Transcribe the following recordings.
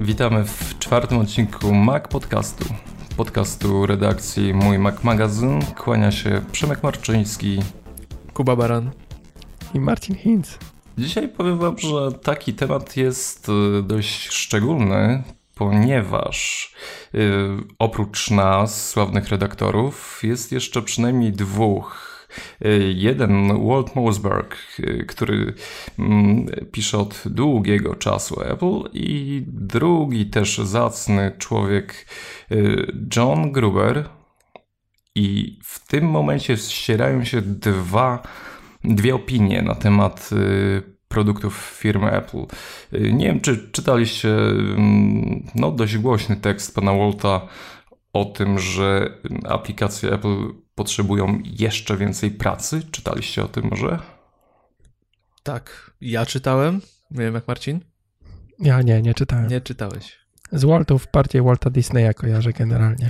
Witamy w czwartym odcinku Mac podcastu redakcji Mój Mac Magazyn. Kłania się Przemek Marczyński, Kuba Baran i Marcin Hinz. Dzisiaj powiem wam, że taki temat jest dość szczególny, ponieważ oprócz nas, sławnych redaktorów, jest jeszcze przynajmniej dwóch. Jeden, Walt Mossberg, który pisze od długiego czasu Apple, i drugi też zacny człowiek, John Gruber. I w tym momencie ścierają się dwie opinie na temat produktów firmy Apple. Nie wiem, czy czytaliście dość głośny tekst pana Walta o tym, że aplikacje Apple potrzebują jeszcze więcej pracy. Czytaliście o tym może? Tak, ja czytałem. Nie wiem jak Marcin? Ja nie czytałem. Nie czytałeś. Z Waltów partię Walta Disneya kojarzę generalnie.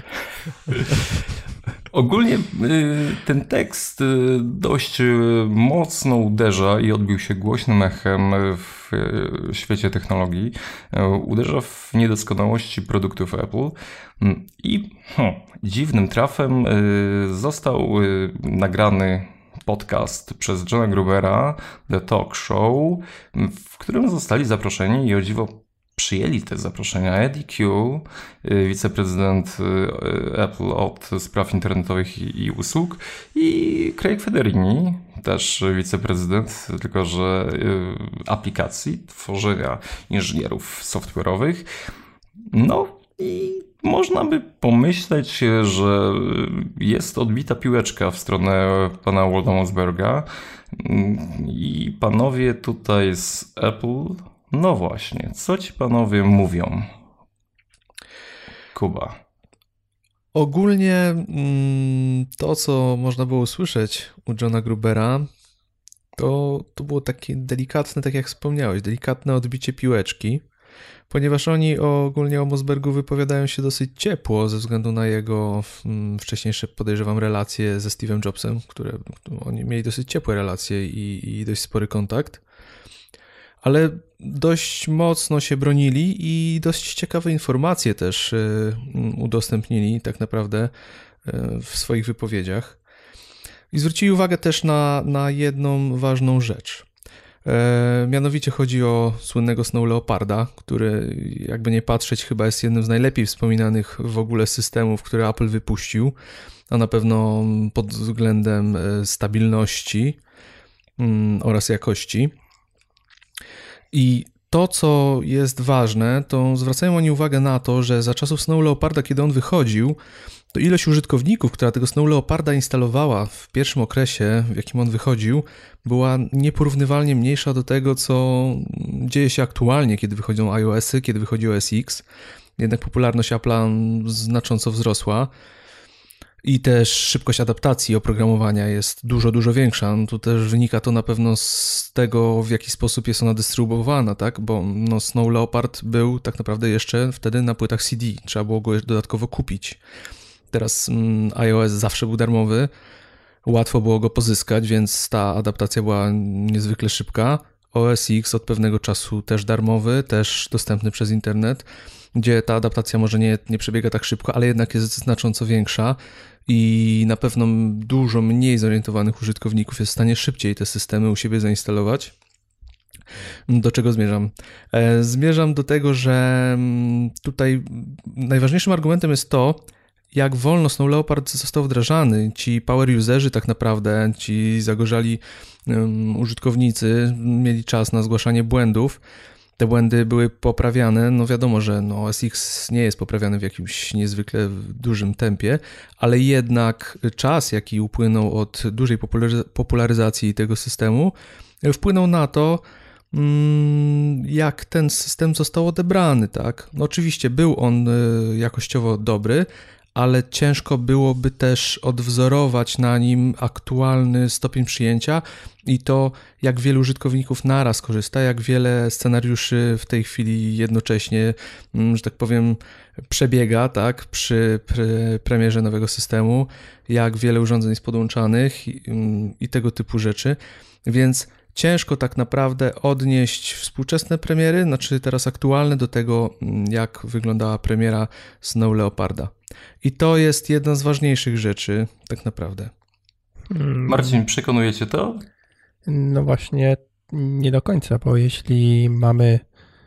Ogólnie ten tekst dość mocno uderza i odbił się głośnym echem w świecie technologii. Uderza w niedoskonałości produktów Apple i dziwnym trafem został nagrany podcast przez Johna Grubera, The Talk Show, w którym zostali zaproszeni i o dziwo przyjęli te zaproszenia Eddy Cue, wiceprezydent Apple od spraw internetowych i usług, i Craig Federighi, też wiceprezydent, tylko że aplikacji, tworzenia inżynierów software'owych. No i można by pomyśleć, że jest odbita piłeczka w stronę pana Walta Mossberga i panowie tutaj z Apple. No właśnie, co ci panowie mówią? Kuba. Ogólnie to, co można było usłyszeć u Johna Grubera, to było takie delikatne, tak jak wspomniałeś, delikatne odbicie piłeczki, ponieważ oni ogólnie o Mossbergu wypowiadają się dosyć ciepło ze względu na jego wcześniejsze, podejrzewam, relacje ze Steve'em Jobsem, które oni mieli dosyć ciepłe relacje i dość spory kontakt. Ale dość mocno się bronili i dość ciekawe informacje też udostępnili tak naprawdę w swoich wypowiedziach. I zwrócili uwagę też na jedną ważną rzecz. Mianowicie chodzi o słynnego Snow Leoparda, który jakby nie patrzeć chyba jest jednym z najlepiej wspominanych w ogóle systemów, które Apple wypuścił, a na pewno pod względem stabilności oraz jakości. I to, co jest ważne, to zwracają oni uwagę na to, że za czasów Snow Leoparda, kiedy on wychodził, to ilość użytkowników, która tego Snow Leoparda instalowała w pierwszym okresie, w jakim on wychodził, była nieporównywalnie mniejsza do tego, co dzieje się aktualnie, kiedy wychodzą iOS-y, kiedy wychodzi OS X. Jednak popularność Apple'a znacząco wzrosła. I też szybkość adaptacji oprogramowania jest dużo większa. No tu też wynika to na pewno z tego, w jaki sposób jest ona dystrybuowana, tak? Bo Snow Leopard był tak naprawdę jeszcze wtedy na płytach CD. Trzeba było go dodatkowo kupić. Teraz iOS zawsze był darmowy. Łatwo było go pozyskać, więc ta adaptacja była niezwykle szybka. OS X od pewnego czasu też darmowy, też dostępny przez internet, gdzie ta adaptacja może nie przebiega tak szybko, ale jednak jest znacząco większa i na pewno dużo mniej zorientowanych użytkowników jest w stanie szybciej te systemy u siebie zainstalować. Do czego zmierzam? Zmierzam do tego, że tutaj najważniejszym argumentem jest to, jak wolno Snow Leopard został wdrażany. Ci power userzy tak naprawdę, ci zagorzali użytkownicy mieli czas na zgłaszanie błędów. Te błędy były poprawiane, no wiadomo, że OS X nie jest poprawiany w jakimś niezwykle dużym tempie, ale jednak czas, jaki upłynął od dużej popularyzacji tego systemu, wpłynął na to, jak ten system został odebrany, tak? No oczywiście był on jakościowo dobry, ale ciężko byłoby też odwzorować na nim aktualny stopień przyjęcia i to, jak wielu użytkowników naraz korzysta, jak wiele scenariuszy w tej chwili jednocześnie, że tak powiem, przebiega, tak, przy premierze nowego systemu, jak wiele urządzeń jest podłączanych i tego typu rzeczy, więc ciężko tak naprawdę odnieść współczesne premiery, znaczy teraz aktualne, do tego, jak wyglądała premiera Snow Leoparda. I to jest jedna z ważniejszych rzeczy, tak naprawdę. Marcin, przekonujecie to? No właśnie nie do końca, bo jeśli mamy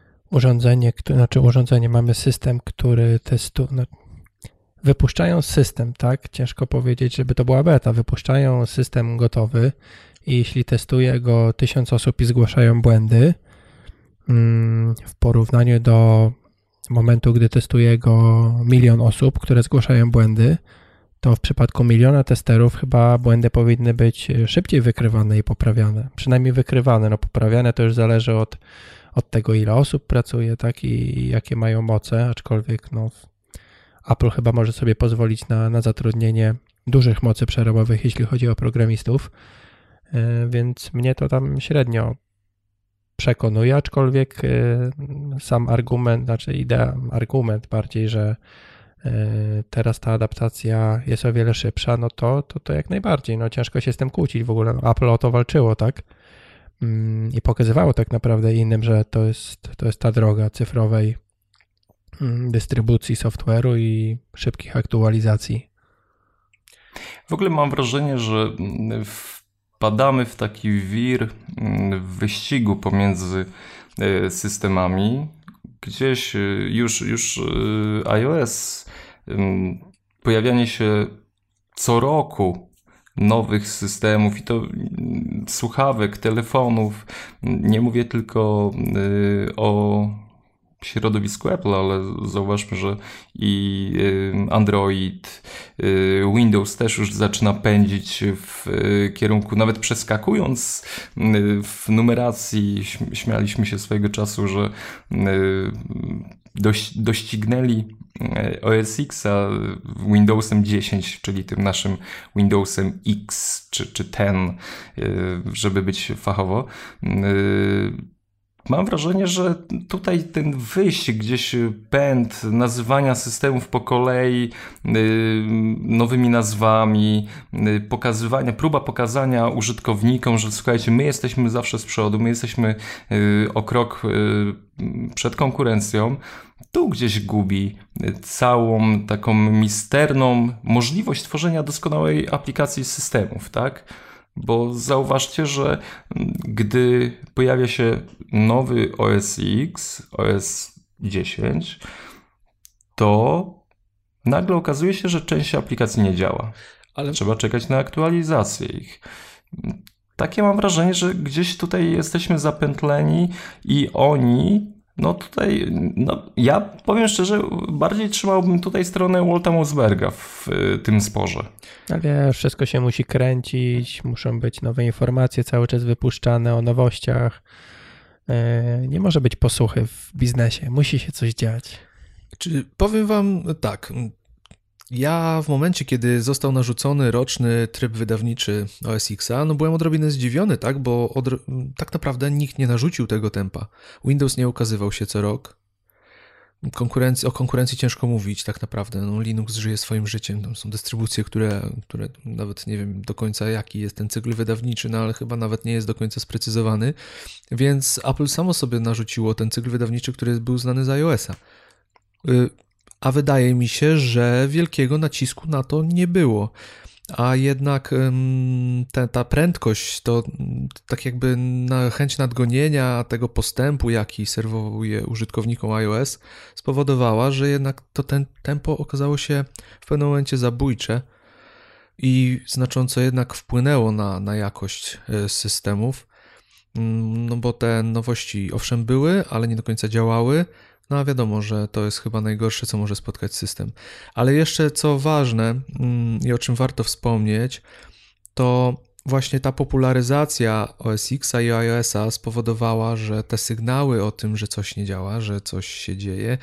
mamy system, który testuje, wypuszczają system, tak? Ciężko powiedzieć, żeby to była beta. Wypuszczają system gotowy i jeśli testuje go 1000 osób i zgłaszają błędy, w porównaniu do momentu, gdy testuje go 1 000 000 osób, które zgłaszają błędy, to w przypadku 1 000 000 testerów chyba błędy powinny być szybciej wykrywane i poprawiane. Przynajmniej wykrywane, no poprawiane to już zależy od tego, ile osób pracuje, tak, i jakie mają moce, aczkolwiek no, Apple chyba może sobie pozwolić na zatrudnienie dużych mocy przerobowych, jeśli chodzi o programistów, więc mnie to tam średnio przekonuje, aczkolwiek sam argument bardziej, że teraz ta adaptacja jest o wiele szybsza, no to jak najbardziej, no ciężko się z tym kłócić w ogóle. Apple o to walczyło, tak? I pokazywało tak naprawdę innym, że to jest ta droga cyfrowej dystrybucji software'u i szybkich aktualizacji. W ogóle mam wrażenie, że wpadamy w taki wir wyścigu pomiędzy systemami. Gdzieś już iOS, pojawianie się co roku nowych systemów i to słuchawek, telefonów. Nie mówię tylko o środowisku Apple, ale zauważmy, że i Android, Windows też już zaczyna pędzić w kierunku, nawet przeskakując w numeracji. Śmialiśmy się swojego czasu, że doścignęli OS X-a Windowsem 10, czyli tym naszym Windowsem X czy 10, żeby być fachowo. Mam wrażenie, że tutaj ten wyścig, gdzieś pęd nazywania systemów po kolei nowymi nazwami, próba pokazania użytkownikom, że słuchajcie, my jesteśmy zawsze z przodu, my jesteśmy o krok przed konkurencją, tu gdzieś gubi całą taką misterną możliwość tworzenia doskonałej aplikacji systemów, tak? Bo zauważcie, że gdy pojawia się nowy OS X, OS 10, to nagle okazuje się, że część aplikacji nie działa. Ale trzeba czekać na aktualizację ich. Takie mam wrażenie, że gdzieś tutaj jesteśmy zapętleni i oni... ja powiem szczerze, bardziej trzymałbym tutaj stronę Walta Mossberga w tym sporze. Ale wszystko się musi kręcić, muszą być nowe informacje cały czas wypuszczane o nowościach. Nie może być posłuchy w biznesie, musi się coś dziać. Powiem wam tak, ja w momencie, kiedy został narzucony roczny tryb wydawniczy OS X-a, no byłem odrobinę zdziwiony, tak, bo tak naprawdę nikt nie narzucił tego tempa. Windows nie ukazywał się co rok. O konkurencji ciężko mówić tak naprawdę. No, Linux żyje swoim życiem. Tam są dystrybucje, które nawet nie wiem do końca jaki jest ten cykl wydawniczy, no ale chyba nawet nie jest do końca sprecyzowany. Więc Apple samo sobie narzuciło ten cykl wydawniczy, który był znany z iOS-a. A wydaje mi się, że wielkiego nacisku na to nie było. A jednak ta prędkość, to tak jakby chęć nadgonienia tego postępu, jaki serwuje użytkownikom iOS, spowodowała, że jednak to tempo okazało się w pewnym momencie zabójcze i znacząco jednak wpłynęło na jakość systemów. No bo te nowości owszem były, ale nie do końca działały. No a wiadomo, że to jest chyba najgorsze, co może spotkać system. Ale jeszcze co ważne i o czym warto wspomnieć, to właśnie ta popularyzacja OS X-a i iOS-a spowodowała, że te sygnały o tym, że coś nie działa, że coś się dzieje,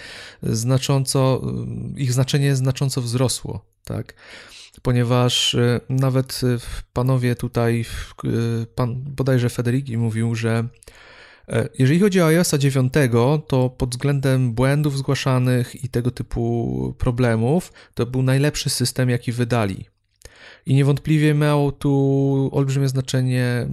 ich znaczenie znacząco wzrosło, tak? Ponieważ nawet panowie tutaj, bodajże Federighi mówił, że jeżeli chodzi o iOS 9, to pod względem błędów zgłaszanych i tego typu problemów, to był najlepszy system, jaki wydali. I niewątpliwie miał tu olbrzymie znaczenie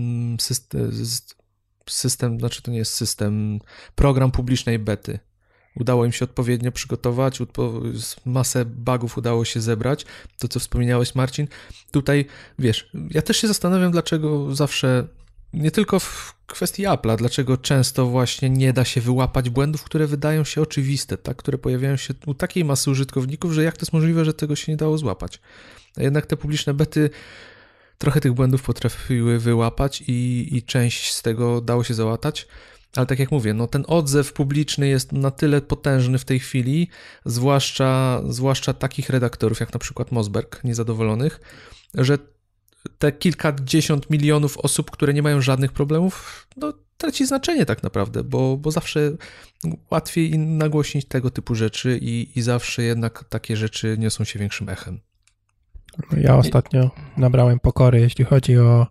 system, znaczy to nie jest system, program publicznej bety. Udało im się odpowiednio przygotować, masę bugów udało się zebrać, to co wspominałeś, Marcin. Tutaj, wiesz, ja też się zastanawiam, dlaczego zawsze, nie tylko w kwestii Apple'a, dlaczego często właśnie nie da się wyłapać błędów, które wydają się oczywiste, tak? Które pojawiają się u takiej masy użytkowników, że jak to jest możliwe, że tego się nie dało złapać. A jednak te publiczne bety trochę tych błędów potrafiły wyłapać i część z tego dało się załatać. Ale tak jak mówię, no ten odzew publiczny jest na tyle potężny w tej chwili, zwłaszcza takich redaktorów jak na przykład Mosberg, niezadowolonych, że te kilkadziesiąt milionów osób, które nie mają żadnych problemów, no traci znaczenie tak naprawdę, bo zawsze łatwiej nagłośnić tego typu rzeczy i zawsze jednak takie rzeczy niosą się większym echem. Ja ostatnio nabrałem pokory, jeśli chodzi o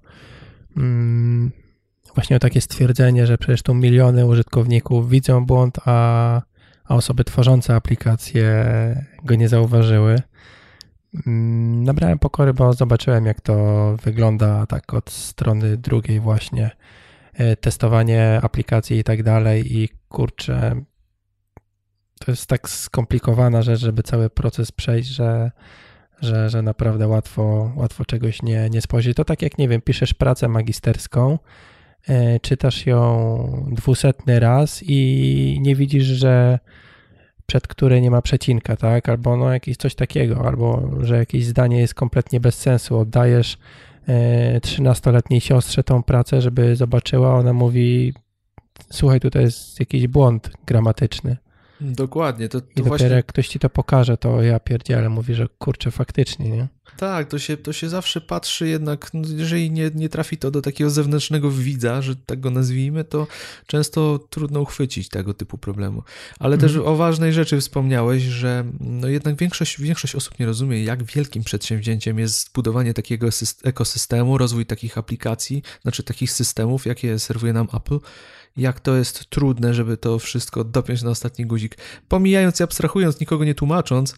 właśnie o takie stwierdzenie, że przecież tu miliony użytkowników widzą błąd, a osoby tworzące aplikacje go nie zauważyły. Nabrałem pokory, bo zobaczyłem, jak to wygląda tak od strony drugiej właśnie, testowanie aplikacji i tak dalej i kurczę, to jest tak skomplikowana rzecz, żeby cały proces przejść, że naprawdę łatwo czegoś nie spojrzeć. To tak jak, nie wiem, piszesz pracę magisterską, czytasz ją 200 raz i nie widzisz, że przed której nie ma przecinka, tak? Albo no jakieś coś takiego, albo że jakieś zdanie jest kompletnie bez sensu. Oddajesz 13-letniej siostrze tą pracę, żeby zobaczyła, ona mówi, słuchaj, tutaj jest jakiś błąd gramatyczny. Dokładnie. To I dopiero właśnie... jak ktoś ci to pokaże, to ja pierdzielę, mówi, że kurczę, faktycznie, nie? Tak, to się zawsze patrzy jednak, no jeżeli nie trafi to do takiego zewnętrznego widza, że tak go nazwijmy, to często trudno uchwycić tego typu problemu. Ale też o ważnej rzeczy wspomniałeś, że no jednak większość osób nie rozumie, jak wielkim przedsięwzięciem jest zbudowanie takiego ekosystemu, rozwój takich aplikacji, znaczy takich systemów, jakie serwuje nam Apple. Jak to jest trudne, żeby to wszystko dopiąć na ostatni guzik. Pomijając i abstrahując, nikogo nie tłumacząc,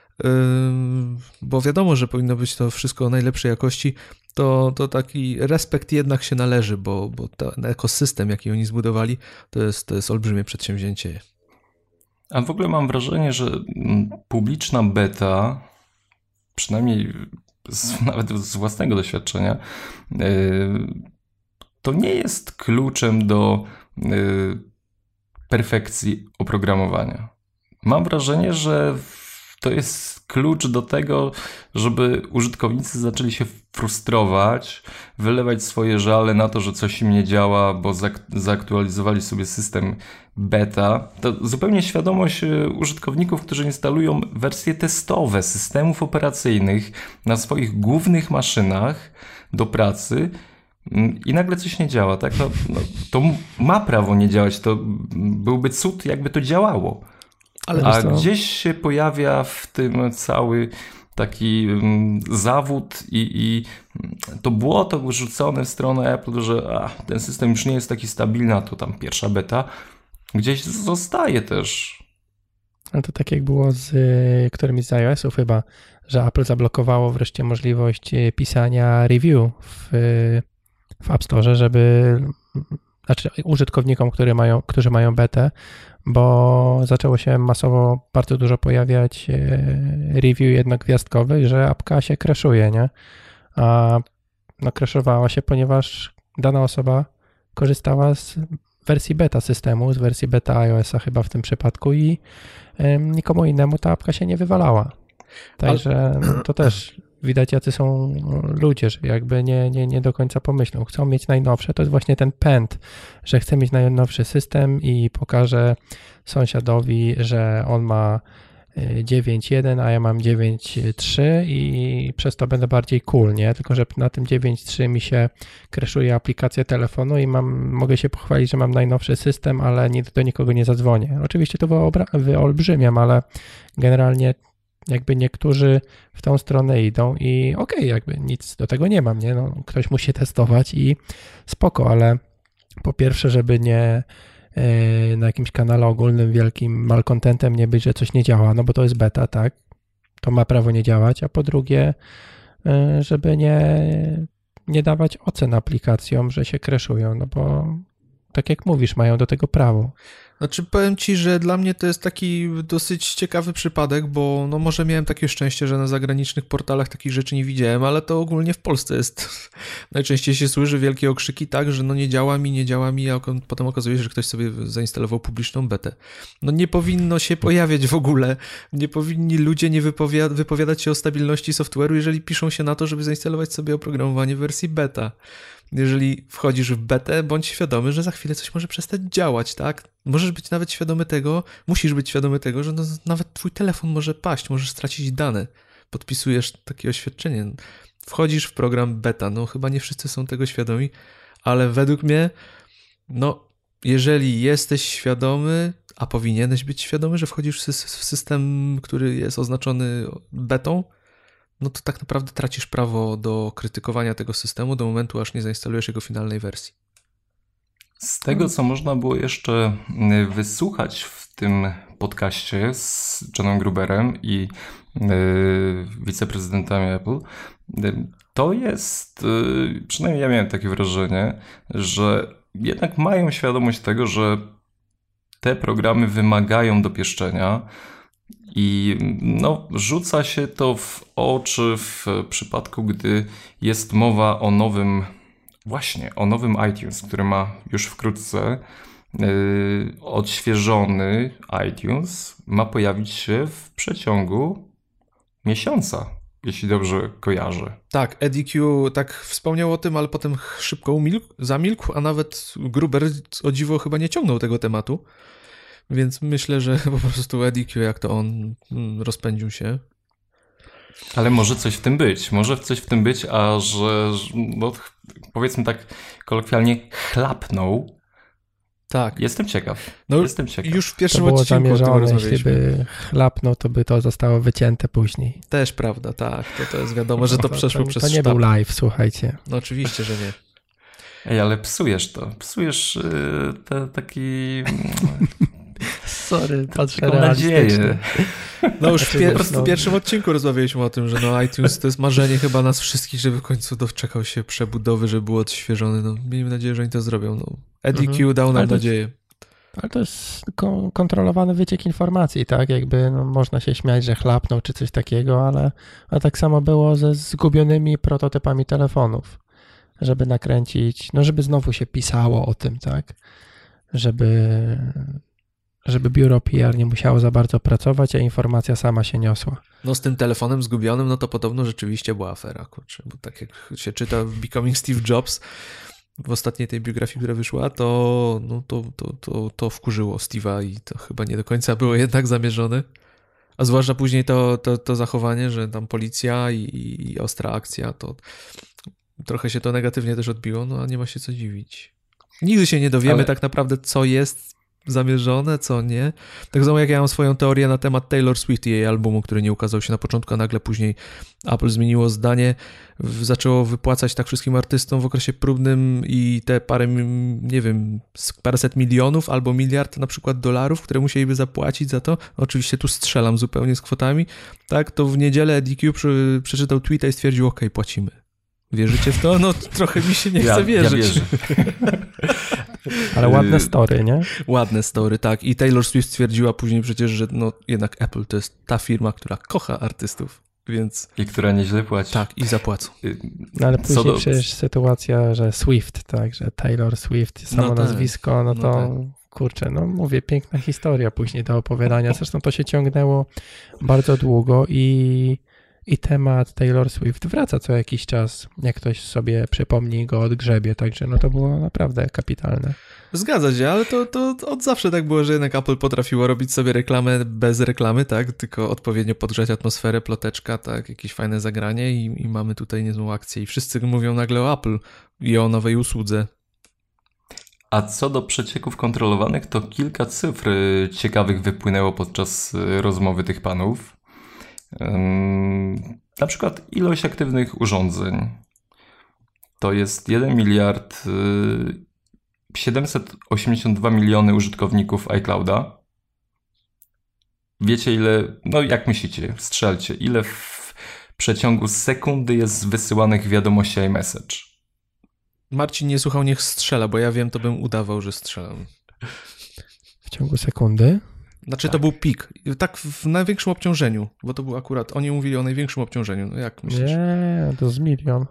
bo wiadomo, że powinno być to wszystko o najlepszej jakości, to taki respekt jednak się należy, bo ten ekosystem, jaki oni zbudowali, to jest olbrzymie przedsięwzięcie. A w ogóle mam wrażenie, że publiczna beta, przynajmniej nawet z własnego doświadczenia, to nie jest kluczem do perfekcji oprogramowania. Mam wrażenie, że to jest klucz do tego, żeby użytkownicy zaczęli się frustrować, wylewać swoje żale na to, że coś im nie działa, bo zaktualizowali sobie system beta. To zupełnie świadomość użytkowników, którzy instalują wersje testowe systemów operacyjnych na swoich głównych maszynach do pracy i nagle coś nie działa. Tak? To ma prawo nie działać. To byłby cud, jakby to działało. A gdzieś się pojawia w tym cały taki zawód i to błoto rzucone w stronę Apple, że ten system już nie jest taki stabilny, a to tam pierwsza beta gdzieś zostaje też. Ale to tak jak było z którymś z iOS-ów chyba, że Apple zablokowało wreszcie możliwość pisania review w App Store, znaczy użytkownikom, którzy mają betę, bo zaczęło się masowo bardzo dużo pojawiać review jednogwiazdkowych, że apka się crashuje, nie? A no crashowała się, ponieważ dana osoba korzystała z wersji beta systemu, z wersji beta iOS-a chyba w tym przypadku i nikomu innemu ta apka się nie wywalała. Także to też widać, jacy są ludzie, że jakby nie do końca pomyślą. Chcą mieć najnowsze, to jest właśnie ten pęd, że chcę mieć najnowszy system i pokażę sąsiadowi, że on ma 9.1, a ja mam 9.3 i przez to będę bardziej cool, nie? Tylko że na tym 9.3 mi się crashuje aplikacja telefonu i mogę się pochwalić, że mam najnowszy system, ale do nikogo nie zadzwonię. Oczywiście to wyolbrzymiam, ale generalnie jakby niektórzy w tą stronę idą i okej, jakby nic do tego nie mam, nie? No, ktoś musi testować i spoko, ale po pierwsze, żeby nie na jakimś kanale ogólnym wielkim malcontentem nie być, że coś nie działa, no bo to jest beta, tak? To ma prawo nie działać, a po drugie, żeby nie dawać ocen aplikacjom, że się crashują, no bo tak jak mówisz, mają do tego prawo. Znaczy powiem ci, że dla mnie to jest taki dosyć ciekawy przypadek, bo no może miałem takie szczęście, że na zagranicznych portalach takich rzeczy nie widziałem, ale to ogólnie w Polsce jest. Najczęściej się słyszy wielkie okrzyki tak, że no nie działa mi, a potem okazuje się, że ktoś sobie zainstalował publiczną betę. No nie powinno się pojawiać w ogóle, nie powinni ludzie nie wypowiadać się o stabilności software'u, jeżeli piszą się na to, żeby zainstalować sobie oprogramowanie w wersji beta. Jeżeli wchodzisz w betę, bądź świadomy, że za chwilę coś może przestać działać, tak? Możesz być nawet świadomy tego, musisz być świadomy tego, że no, nawet twój telefon może paść, możesz stracić dane. Podpisujesz takie oświadczenie. Wchodzisz w program beta, no chyba nie wszyscy są tego świadomi, ale według mnie, no jeżeli jesteś świadomy, a powinieneś być świadomy, że wchodzisz w system, który jest oznaczony betą, no to tak naprawdę tracisz prawo do krytykowania tego systemu do momentu, aż nie zainstalujesz jego finalnej wersji. Z tego, co można było jeszcze wysłuchać w tym podcaście z Johnem Gruberem i wiceprezydentami Apple, to jest, przynajmniej ja miałem takie wrażenie, że jednak mają świadomość tego, że te programy wymagają dopieszczenia. I no, rzuca się to w oczy w przypadku, gdy jest mowa o nowym iTunes, który ma już wkrótce odświeżony iTunes, ma pojawić się w przeciągu miesiąca, jeśli dobrze kojarzę. Tak, Eddie Q tak wspomniał o tym, ale potem szybko zamilkł, a nawet Gruber o dziwo chyba nie ciągnął tego tematu. Więc myślę, że po prostu Eddie Q, jak to on rozpędził się. Ale może coś w tym być. A że no, powiedzmy tak kolokwialnie chlapnął. Tak. Jestem ciekaw. Już w pierwszym to było odcinku o tym rozmawialiśmy. Jeśli by chlapnął, to by to zostało wycięte później. Też prawda, tak. To jest wiadomo, że to przeszło przez To nie sztab. był live, słuchajcie. No oczywiście, że nie. Ej, ale psujesz to. Psujesz taki... Sorry, patrzę taką nadzieję. No już w pierwszym odcinku rozmawialiśmy o tym, że no iTunes to jest marzenie chyba nas wszystkich, żeby w końcu doczekał się przebudowy, żeby był odświeżony. No, miejmy nadzieję, że oni to zrobią. No, Eddie Q dał nam nadzieję. Ale to jest kontrolowany wyciek informacji, tak? Jakby no, można się śmiać, że chlapnął czy coś takiego, ale tak samo było ze zgubionymi prototypami telefonów, żeby nakręcić, no żeby znowu się pisało o tym, tak? Żeby biuro PR nie musiało za bardzo pracować, a informacja sama się niosła. No z tym telefonem zgubionym, no to podobno rzeczywiście była afera, kurczę, bo tak jak się czyta w Becoming Steve Jobs, w ostatniej tej biografii, która wyszła, to wkurzyło Steve'a i to chyba nie do końca było jednak zamierzone. A zwłaszcza później to zachowanie, że tam policja i ostra akcja, to trochę się to negatywnie też odbiło, no a nie ma się co dziwić. Nigdy się nie dowiemy tak naprawdę, co jest zamierzone, co nie. Tak samo jak ja mam swoją teorię na temat Taylor Swift i jej albumu, który nie ukazał się na początku, a nagle później Apple zmieniło zdanie, zaczęło wypłacać tak wszystkim artystom w okresie próbnym i te paręset milionów albo miliard na przykład dolarów, które musieliby zapłacić za to. Oczywiście tu strzelam zupełnie z kwotami. Tak, to w niedzielę Eddie Q przeczytał tweeta i stwierdził, okej, płacimy. Wierzycie w to? No trochę mi się nie chce wierzyć. Ja wierzę. Ale ładne story, nie? Ładne story, tak. I Taylor Swift stwierdziła później przecież, że no jednak Apple to jest ta firma, która kocha artystów, więc... I która nieźle płaci. Tak, i zapłacą. No ale później przecież sytuacja, że Swift, tak, że Taylor Swift, samo nazwisko, no to... Tak. Kurczę, no mówię, piękna historia później do opowiadania. Zresztą to się ciągnęło bardzo długo i temat Taylor Swift wraca co jakiś czas, jak ktoś sobie przypomni go odgrzebie, także no to było naprawdę kapitalne. Zgadza się, ale to od zawsze tak było, że jednak Apple potrafiło robić sobie reklamę bez reklamy, tak, tylko odpowiednio podgrzać atmosferę, ploteczka, tak, jakieś fajne zagranie i mamy tutaj niezłą akcję i wszyscy mówią nagle o Apple i o nowej usłudze. A co do przecieków kontrolowanych, to kilka cyfr ciekawych wypłynęło podczas rozmowy tych panów. Na przykład ilość aktywnych urządzeń to jest 1 miliard 782 miliony użytkowników iClouda. Wiecie ile, no jak myślicie, strzelcie, ile w w przeciągu sekundy jest wysyłanych wiadomości iMessage. Marcin nie słuchał, niech strzela, bo ja wiem, to bym udawał, że strzelam. W ciągu sekundy? Znaczy to był pik. Tak w największym obciążeniu, bo to był akurat, oni mówili o największym obciążeniu. No jak myślisz? Nie, to z milion.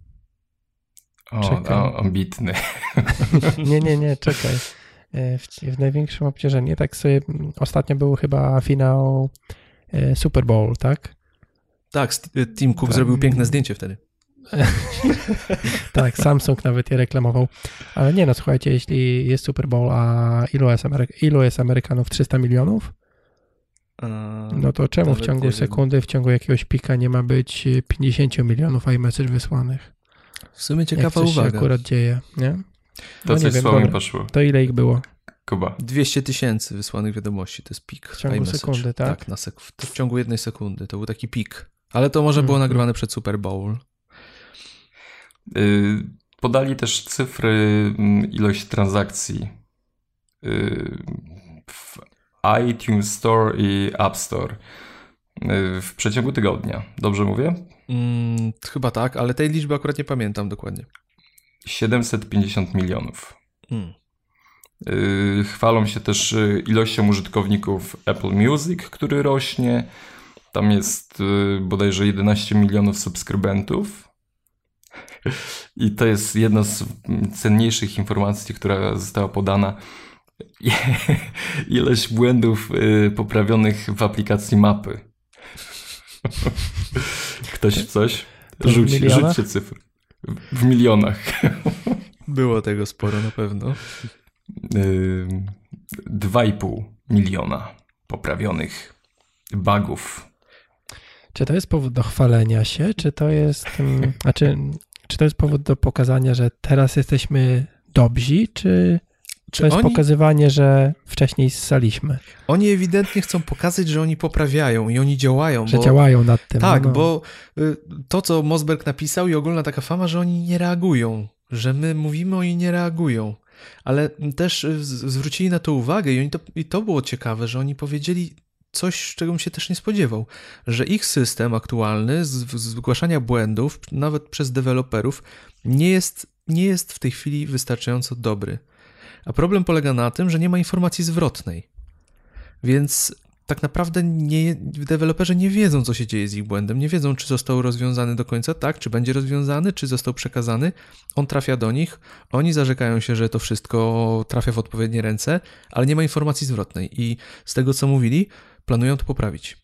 Ambitny. Nie, czekaj. W największym obciążeniu. Tak sobie ostatnio był chyba finał Super Bowl, tak? Tak, Tim Cook zrobił piękne zdjęcie wtedy. Tak, Samsung nawet je reklamował. Ale nie, no słuchajcie, jeśli jest Super Bowl, a ilu jest Amerykanów? 300 milionów? No to czemu w ciągu sekundy, w ciągu jakiegoś pika nie ma być 50 milionów iMessage wysłanych? W sumie ciekawa jak coś uwaga. się akurat dzieje, nie? To no coś słabo poszło. To ile ich było? Kuba. 200 000 wysłanych wiadomości, to jest pik. W ciągu iMessage. sekundy, tak? Tak, w ciągu 1 sekundy. To był taki pik. Ale to może było nagrywane przed Super Bowl. Podali też cyfry, ilość transakcji w iTunes Store i App Store w przeciągu tygodnia. Dobrze mówię? Chyba tak, ale tej liczby akurat nie pamiętam dokładnie. 750 milionów. Chwalą się też ilością użytkowników Apple Music, który rośnie. Tam jest bodajże 11 milionów subskrybentów. I to jest jedna z cenniejszych informacji, która została podana. Ilość błędów poprawionych w aplikacji mapy. Ktoś w coś? Rzućcie cyfry. W milionach. Było tego sporo na pewno. 2,5 miliona poprawionych bugów. Czy to jest powód do chwalenia się, czy to jest, czy to jest powód do pokazania, że teraz jesteśmy dobrzy, czy to jest pokazywanie, że wcześniej ssaliśmy? Oni ewidentnie chcą pokazać, że oni poprawiają i oni działają. Że działają nad tym. Tak, bo to, co Mosberg napisał i ogólna taka fama, że oni nie reagują. Że my mówimy, oni nie reagują. Ale też zwrócili na to uwagę i to było ciekawe, że oni powiedzieli coś, czego bym się też nie spodziewał, że ich system aktualny zgłaszania błędów, nawet przez deweloperów, nie jest w tej chwili wystarczająco dobry. A problem polega na tym, że nie ma informacji zwrotnej. Więc tak naprawdę deweloperzy nie wiedzą, co się dzieje z ich błędem, nie wiedzą, czy został rozwiązany do końca, tak, czy będzie rozwiązany, czy został przekazany. On trafia do nich, oni zarzekają się, że to wszystko trafia w odpowiednie ręce, ale nie ma informacji zwrotnej i z tego, co mówili, planują to poprawić.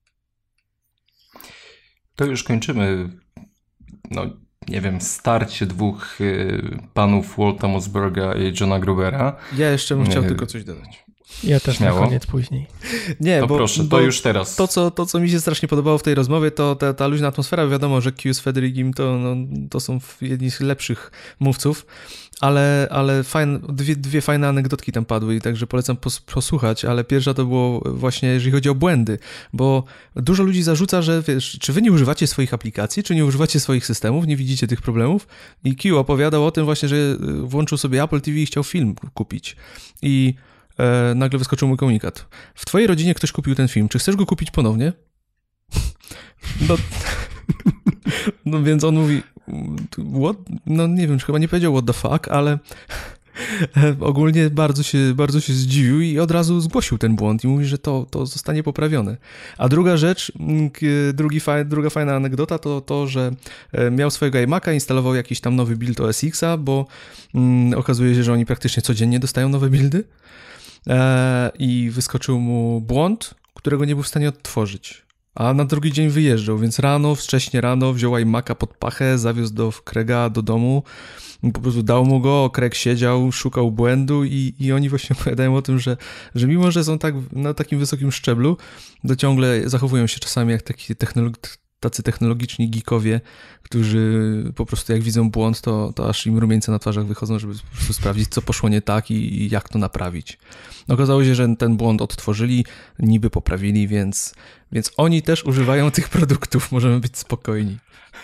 To już kończymy, nie wiem, starcie dwóch panów Walta Mosberga i Johna Grubera. Ja jeszcze bym chciał tylko coś dodać. Ja też na koniec później. Nie, proszę, to już teraz. To, co mi się strasznie podobało w tej rozmowie, to ta luźna atmosfera. Wiadomo, że Q z Federigim to są jedni z lepszych mówców, ale dwie fajne anegdotki tam padły i także polecam posłuchać, ale pierwsza to było właśnie, jeżeli chodzi o błędy, bo dużo ludzi zarzuca, że wiesz, czy wy nie używacie swoich aplikacji, czy nie używacie swoich systemów, nie widzicie tych problemów i Q opowiadał o tym właśnie, że włączył sobie Apple TV i chciał film kupić i nagle wyskoczył mój komunikat. W twojej rodzinie ktoś kupił ten film. Czy chcesz go kupić ponownie? No więc on mówi what? No nie wiem, czy chyba nie powiedział what the fuck, ale ogólnie bardzo się zdziwił i od razu zgłosił ten błąd i mówi, że to zostanie poprawione. A druga rzecz, druga fajna anegdota to, że miał swojego iMac'a, instalował jakiś tam nowy build OS X-a, bo okazuje się, że oni praktycznie codziennie dostają nowe buildy. I wyskoczył mu błąd, którego nie był w stanie odtworzyć. A na drugi dzień wyjeżdżał, więc wcześnie rano wziął iMac'a pod pachę, zawiózł do Craiga do domu, po prostu dał mu go, Craig siedział, szukał błędu i oni właśnie opowiadają o tym, że mimo, że są tak na takim wysokim szczeblu, to ciągle zachowują się czasami jak tacy technologiczni geekowie, którzy po prostu jak widzą błąd, to aż im rumieńce na twarzach wychodzą, żeby po prostu sprawdzić, co poszło nie tak i jak to naprawić. Okazało się, że ten błąd odtworzyli, niby poprawili, więc oni też używają tych produktów, możemy być spokojni.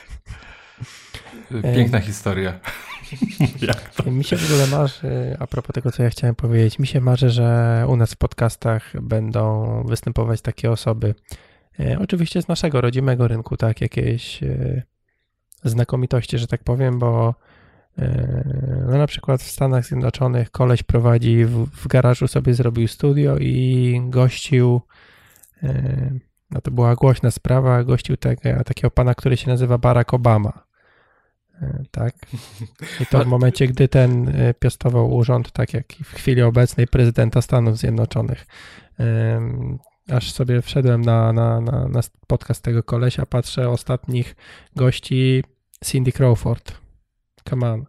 Piękna historia. Mi się w ogóle marzy, a propos tego, co ja chciałem powiedzieć, mi się marzy, że u nas w podcastach będą występować takie osoby, Oczywiście z naszego rodzimego rynku, tak, jakieś znakomitości, że tak powiem, bo no na przykład w Stanach Zjednoczonych koleś prowadzi w garażu sobie zrobił studio i gościł, no to była głośna sprawa, gościł takiego pana, który się nazywa Barack Obama. Tak. I to w momencie, gdy ten piastował urząd, tak jak w chwili obecnej prezydenta Stanów Zjednoczonych. Aż sobie wszedłem na podcast tego kolesia, patrzę ostatnich gości Cindy Crawford. Come on.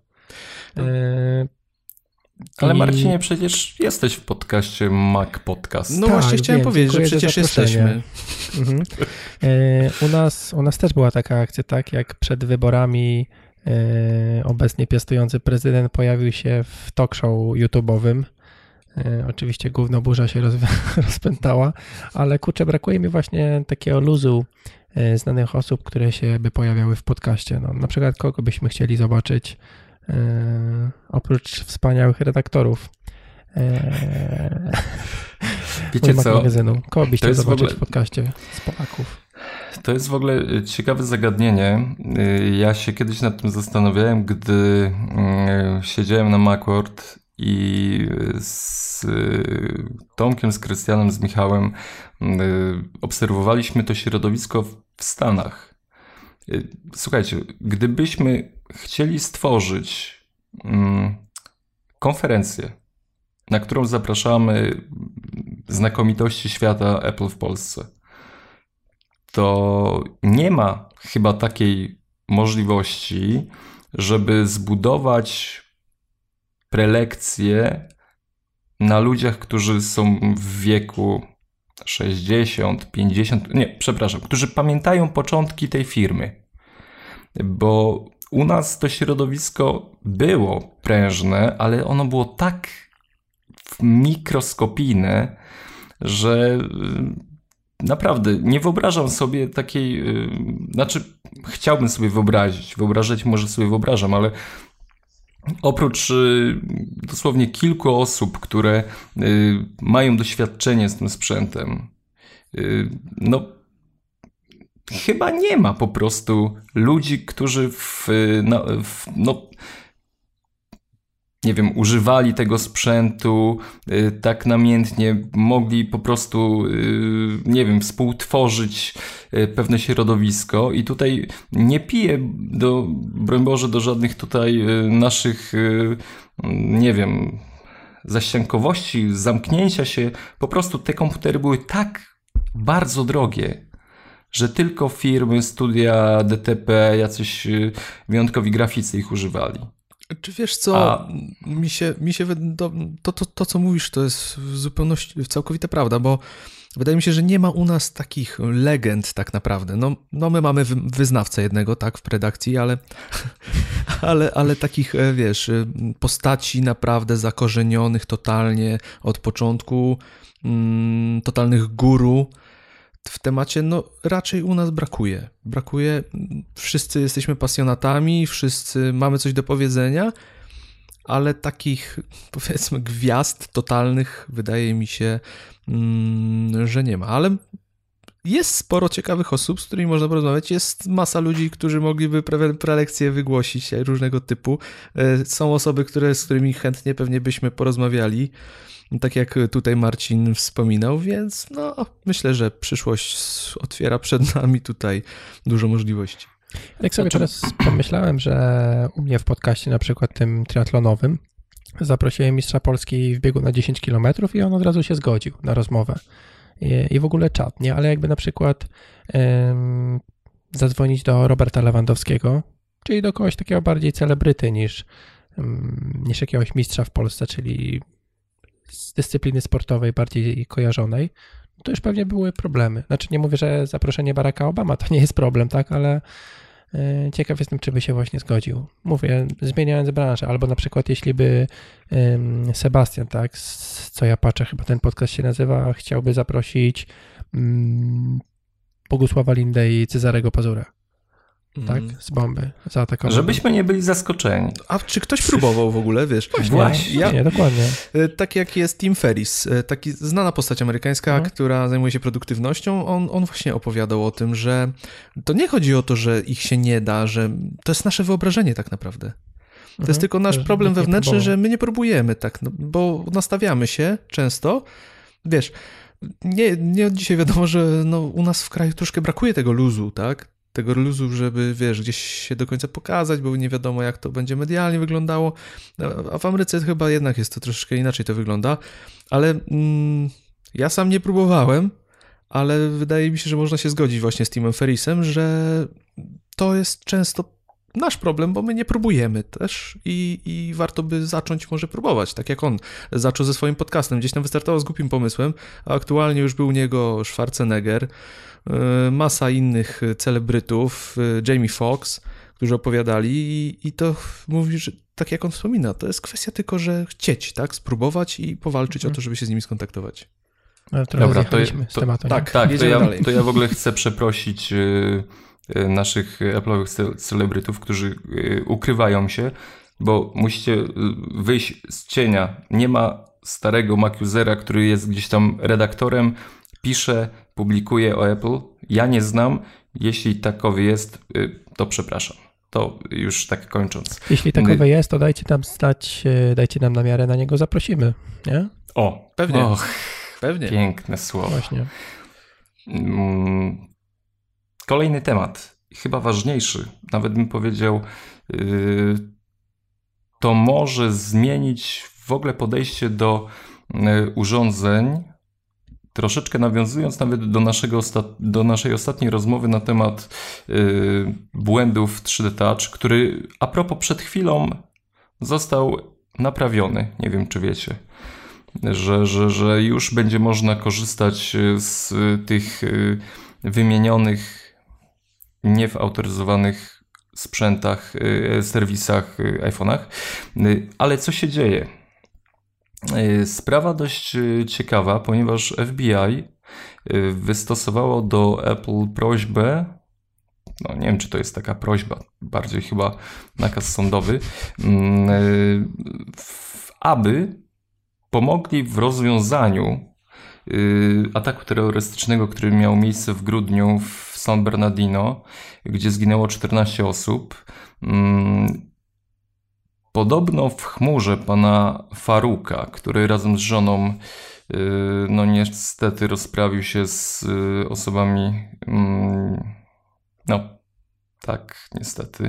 Ale Marcinie, przecież jesteś w podcaście Mac Podcast. No tak, właśnie chciałem powiedzieć, że przecież jesteśmy. Mhm. U nas też była taka akcja, tak jak przed wyborami obecnie piastujący prezydent pojawił się w talk show YouTube'owym. Oczywiście gówno burza się rozpętała, ale kurczę, brakuje mi właśnie takiego luzu znanych osób, które się by pojawiały w podcaście. No, na przykład kogo byśmy chcieli zobaczyć oprócz wspaniałych redaktorów. Wiecie co? Magazynu. Kogo byś chciał zobaczyć w podcaście z Polaków? To jest w ogóle ciekawe zagadnienie. Ja się kiedyś nad tym zastanawiałem, gdy siedziałem na Macworld i z Tomkiem, z Krystianem, z Michałem obserwowaliśmy to środowisko w Stanach. Słuchajcie, gdybyśmy chcieli stworzyć konferencję, na którą zapraszamy znakomitości świata Apple w Polsce, to nie ma chyba takiej możliwości, żeby zbudować prelekcje na ludziach, którzy są w wieku 60, 50, którzy pamiętają początki tej firmy. Bo u nas to środowisko było prężne, ale ono było tak mikroskopijne, że naprawdę nie wyobrażam sobie takiej, chciałbym sobie wyobrażać może sobie wyobrażam, ale oprócz dosłownie kilku osób, które mają doświadczenie z tym sprzętem, chyba nie ma po prostu ludzi, którzy używali tego sprzętu tak namiętnie, mogli po prostu, współtworzyć pewne środowisko i tutaj nie piję broń Boże, do żadnych tutaj naszych, zaściankowości, zamknięcia się. Po prostu te komputery były tak bardzo drogie, że tylko firmy, studia DTP, jacyś wyjątkowi graficy ich używali. Czy wiesz co, to co mówisz, to jest całkowita prawda, bo wydaje mi się, że nie ma u nas takich legend tak naprawdę. No my mamy wyznawcę jednego, tak, w redakcji, ale takich, postaci naprawdę zakorzenionych totalnie od początku, totalnych guru w temacie, raczej u nas brakuje. Wszyscy jesteśmy pasjonatami, wszyscy mamy coś do powiedzenia, ale takich, powiedzmy, gwiazd totalnych wydaje mi się, że nie ma. Ale jest sporo ciekawych osób, z którymi można porozmawiać. Jest masa ludzi, którzy mogliby prelekcje wygłosić różnego typu. Są osoby, z którymi chętnie pewnie byśmy porozmawiali, tak jak tutaj Marcin wspominał, więc myślę, że przyszłość otwiera przed nami tutaj dużo możliwości. Jak sobie teraz pomyślałem, że u mnie w podcaście, na przykład tym triatlonowym, zaprosiłem mistrza Polski w biegu na 10 km i on od razu się zgodził na rozmowę. I w ogóle czat, nie? Ale jakby na przykład zadzwonić do Roberta Lewandowskiego, czyli do kogoś takiego bardziej celebryty niż jakiegoś mistrza w Polsce, czyli z dyscypliny sportowej bardziej kojarzonej, to już pewnie były problemy. Znaczy nie mówię, że zaproszenie Baracka Obama to nie jest problem, tak, ale ciekaw jestem, czy by się właśnie zgodził. Mówię, zmieniając branżę, albo na przykład jeśli by Sebastian, tak, co ja patrzę, chyba ten podcast się nazywa, chciałby zaprosić Bogusława Lindę i Cezarego Pazura. tak, z bomby zaatakował. Żebyśmy nie byli zaskoczeni. A czy ktoś próbował w ogóle, wiesz? Właśnie, dokładnie. Tak jak jest Tim Ferriss, taki znana postać amerykańska, która zajmuje się produktywnością, on właśnie opowiadał o tym, że to nie chodzi o to, że ich się nie da, że to jest nasze wyobrażenie tak naprawdę. To jest tylko nasz problem wewnętrzny, że my nie próbujemy tak, no, bo nastawiamy się często, wiesz, nie od dzisiaj wiadomo, że no, u nas w kraju troszkę brakuje tego luzu, tak? Tego luzu, żeby, wiesz, gdzieś się do końca pokazać, bo nie wiadomo, jak to będzie medialnie wyglądało, a w Ameryce chyba jednak jest to troszkę inaczej to wygląda, ale ja sam nie próbowałem, ale wydaje mi się, że można się zgodzić właśnie z Timem Ferrissem, że to jest często nasz problem, bo my nie próbujemy też i warto by zacząć może próbować, tak jak on zaczął ze swoim podcastem, gdzieś tam wystartował z głupim pomysłem, a aktualnie już był u niego Schwarzenegger, masa innych celebrytów, Jamie Foxx, którzy opowiadali i to mówi, że tak jak on wspomina, to jest kwestia tylko, że chcieć, tak, spróbować i powalczyć o to, żeby się z nimi skontaktować. Dobra, z tematu. Tak, to ja w ogóle chcę przeprosić naszych Apple'owych celebrytów, którzy ukrywają się, bo musicie wyjść z cienia. Nie ma starego Mac-usera, który jest gdzieś tam redaktorem, pisze, publikuje o Apple. Ja nie znam. Jeśli takowy jest, to przepraszam. To już tak kończąc. Jeśli takowy jest, to dajcie nam znać, dajcie nam na miarę, na niego zaprosimy, nie? O, pewnie. Pewnie. Piękne słowa. Właśnie. Kolejny temat, chyba ważniejszy, nawet bym powiedział, to może zmienić w ogóle podejście do urządzeń, troszeczkę nawiązując nawet do naszej ostatniej rozmowy na temat błędów 3D Touch, który a propos przed chwilą został naprawiony, nie wiem czy wiecie, że już będzie można korzystać z tych wymienionych nie w autoryzowanych sprzętach, serwisach, iPhone'ach. Ale co się dzieje? Sprawa dość ciekawa, ponieważ FBI wystosowało do Apple prośbę, no nie wiem czy to jest taka prośba, bardziej chyba nakaz sądowy, aby pomogli w rozwiązaniu ataku terrorystycznego, który miał miejsce w grudniu w San Bernardino, gdzie zginęło 14 osób. Podobno w chmurze pana Faruka, który razem z żoną no niestety rozprawił się z osobami, no tak niestety,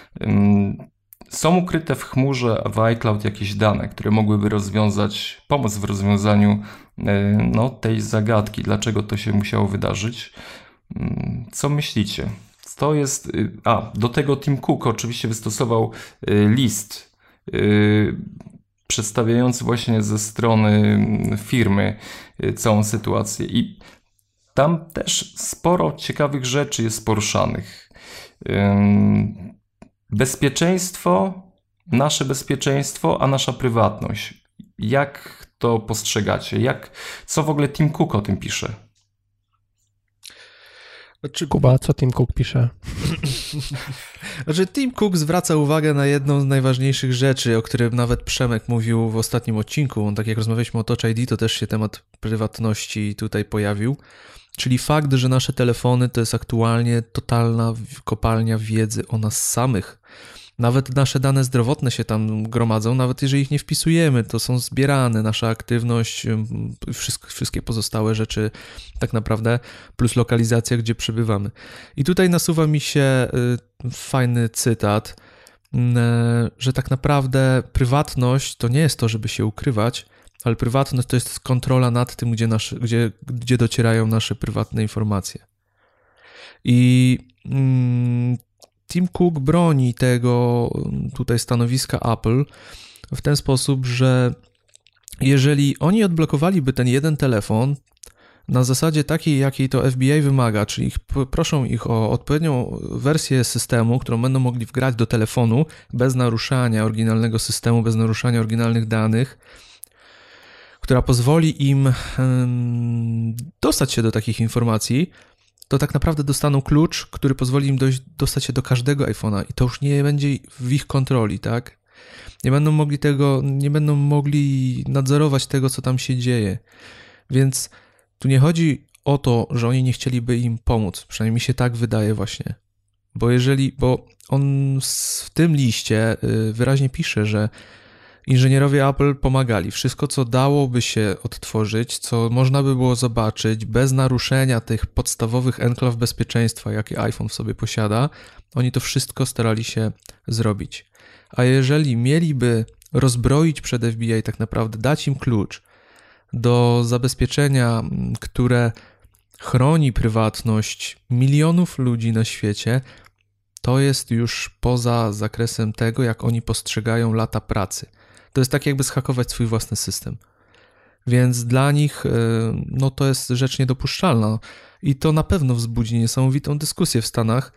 są ukryte w chmurze w iCloud jakieś dane, które mogłyby pomóc w rozwiązaniu no, tej zagadki. Dlaczego to się musiało wydarzyć? Co myślicie? To jest... do tego Tim Cook oczywiście wystosował list przedstawiający właśnie ze strony firmy całą sytuację i tam też sporo ciekawych rzeczy jest poruszanych. Bezpieczeństwo, nasze bezpieczeństwo, a nasza prywatność. Jak to postrzegacie? Co w ogóle Tim Cook o tym pisze? Kuba, co Tim Cook pisze? Tim Cook zwraca uwagę na jedną z najważniejszych rzeczy, o którym nawet Przemek mówił w ostatnim odcinku. Tak jak rozmawialiśmy o Touch ID, to też się temat prywatności tutaj pojawił. Czyli fakt, że nasze telefony to jest aktualnie totalna kopalnia wiedzy o nas samych. Nawet nasze dane zdrowotne się tam gromadzą, nawet jeżeli ich nie wpisujemy, to są zbierane, nasza aktywność, wszystkie pozostałe rzeczy tak naprawdę, plus lokalizacja, gdzie przebywamy. I tutaj nasuwa mi się fajny cytat, że tak naprawdę prywatność to nie jest to, żeby się ukrywać, ale prywatność to jest kontrola nad tym, gdzie docierają nasze prywatne informacje. I Tim Cook broni tego tutaj stanowiska Apple w ten sposób, że jeżeli oni odblokowaliby ten jeden telefon na zasadzie takiej, jakiej to FBI wymaga, czyli proszą ich o odpowiednią wersję systemu, którą będą mogli wgrać do telefonu bez naruszania oryginalnego systemu, bez naruszania oryginalnych danych, która pozwoli im dostać się do takich informacji, to tak naprawdę dostaną klucz, który pozwoli im dostać się do każdego iPhone'a i to już nie będzie w ich kontroli, tak? Nie będą mogli nadzorować tego, co tam się dzieje. Więc tu nie chodzi o to, że oni nie chcieliby im pomóc. Przynajmniej mi się tak wydaje właśnie. Bo on w tym liście wyraźnie pisze, że inżynierowie Apple pomagali. Wszystko, co dałoby się odtworzyć, co można by było zobaczyć bez naruszenia tych podstawowych enklaw bezpieczeństwa, jakie iPhone w sobie posiada, oni to wszystko starali się zrobić. A jeżeli mieliby rozbroić przed FBI, tak naprawdę dać im klucz do zabezpieczenia, które chroni prywatność milionów ludzi na świecie, to jest już poza zakresem tego, jak oni postrzegają lata pracy. To jest tak, jakby zhakować swój własny system. Więc dla nich no to jest rzecz niedopuszczalna i to na pewno wzbudzi niesamowitą dyskusję w Stanach.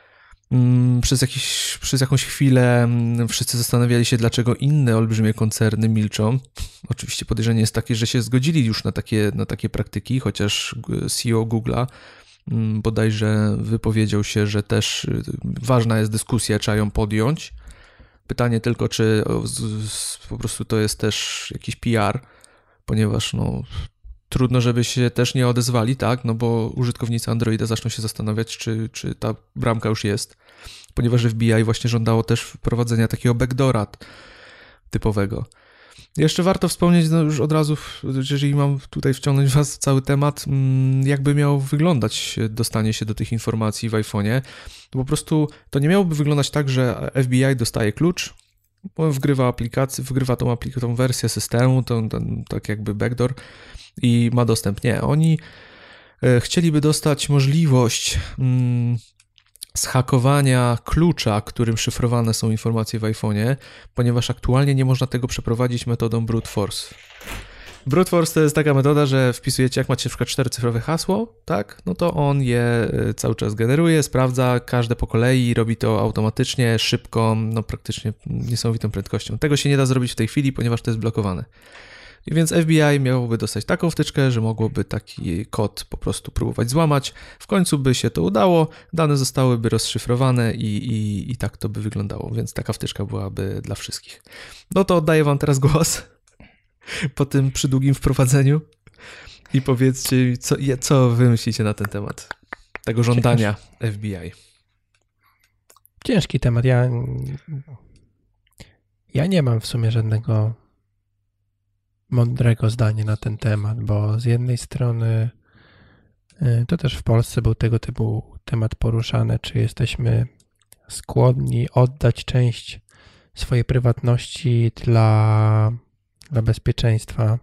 Przez jakąś chwilę wszyscy zastanawiali się, dlaczego inne olbrzymie koncerny milczą. Oczywiście podejrzenie jest takie, że się zgodzili już na takie praktyki, chociaż CEO Google'a bodajże wypowiedział się, że też ważna jest dyskusja, trzeba ją podjąć. Pytanie tylko, czy po prostu to jest też jakiś PR, ponieważ no, trudno, żeby się też nie odezwali, tak? No bo użytkownicy Androida zaczną się zastanawiać, czy ta bramka już jest, ponieważ FBI właśnie żądało też wprowadzenia takiego backdoora typowego. Jeszcze warto wspomnieć, no już od razu, jeżeli mam tutaj wciągnąć was w cały temat, jakby miało wyglądać dostanie się do tych informacji w iPhone'ie. Po prostu to nie miałoby wyglądać tak, że FBI dostaje klucz, wgrywa tą wersję systemu, tak jakby backdoor i ma dostęp. Nie, oni chcieliby dostać możliwość zhakowania klucza, którym szyfrowane są informacje w iPhone'ie, ponieważ aktualnie nie można tego przeprowadzić metodą brute force. Brute force to jest taka metoda, że wpisujecie, jak macie na przykład 4-cyfrowe hasło, tak, no to on je cały czas generuje, sprawdza każde po kolei, robi to automatycznie, szybko, no praktycznie niesamowitą prędkością. Tego się nie da zrobić w tej chwili, ponieważ to jest blokowane. I więc FBI miałoby dostać taką wtyczkę, że mogłoby taki kod po prostu próbować złamać. W końcu by się to udało, dane zostałyby rozszyfrowane i tak to by wyglądało, więc taka wtyczka byłaby dla wszystkich. No to oddaję wam teraz głos po tym przydługim wprowadzeniu i powiedzcie, co wy myślicie na ten temat tego żądania FBI. Ciężki temat. Ja nie mam w sumie żadnego mądrego zdania na ten temat, bo z jednej strony to też w Polsce był tego typu temat poruszany, czy jesteśmy skłonni oddać część swojej prywatności dla bezpieczeństwa.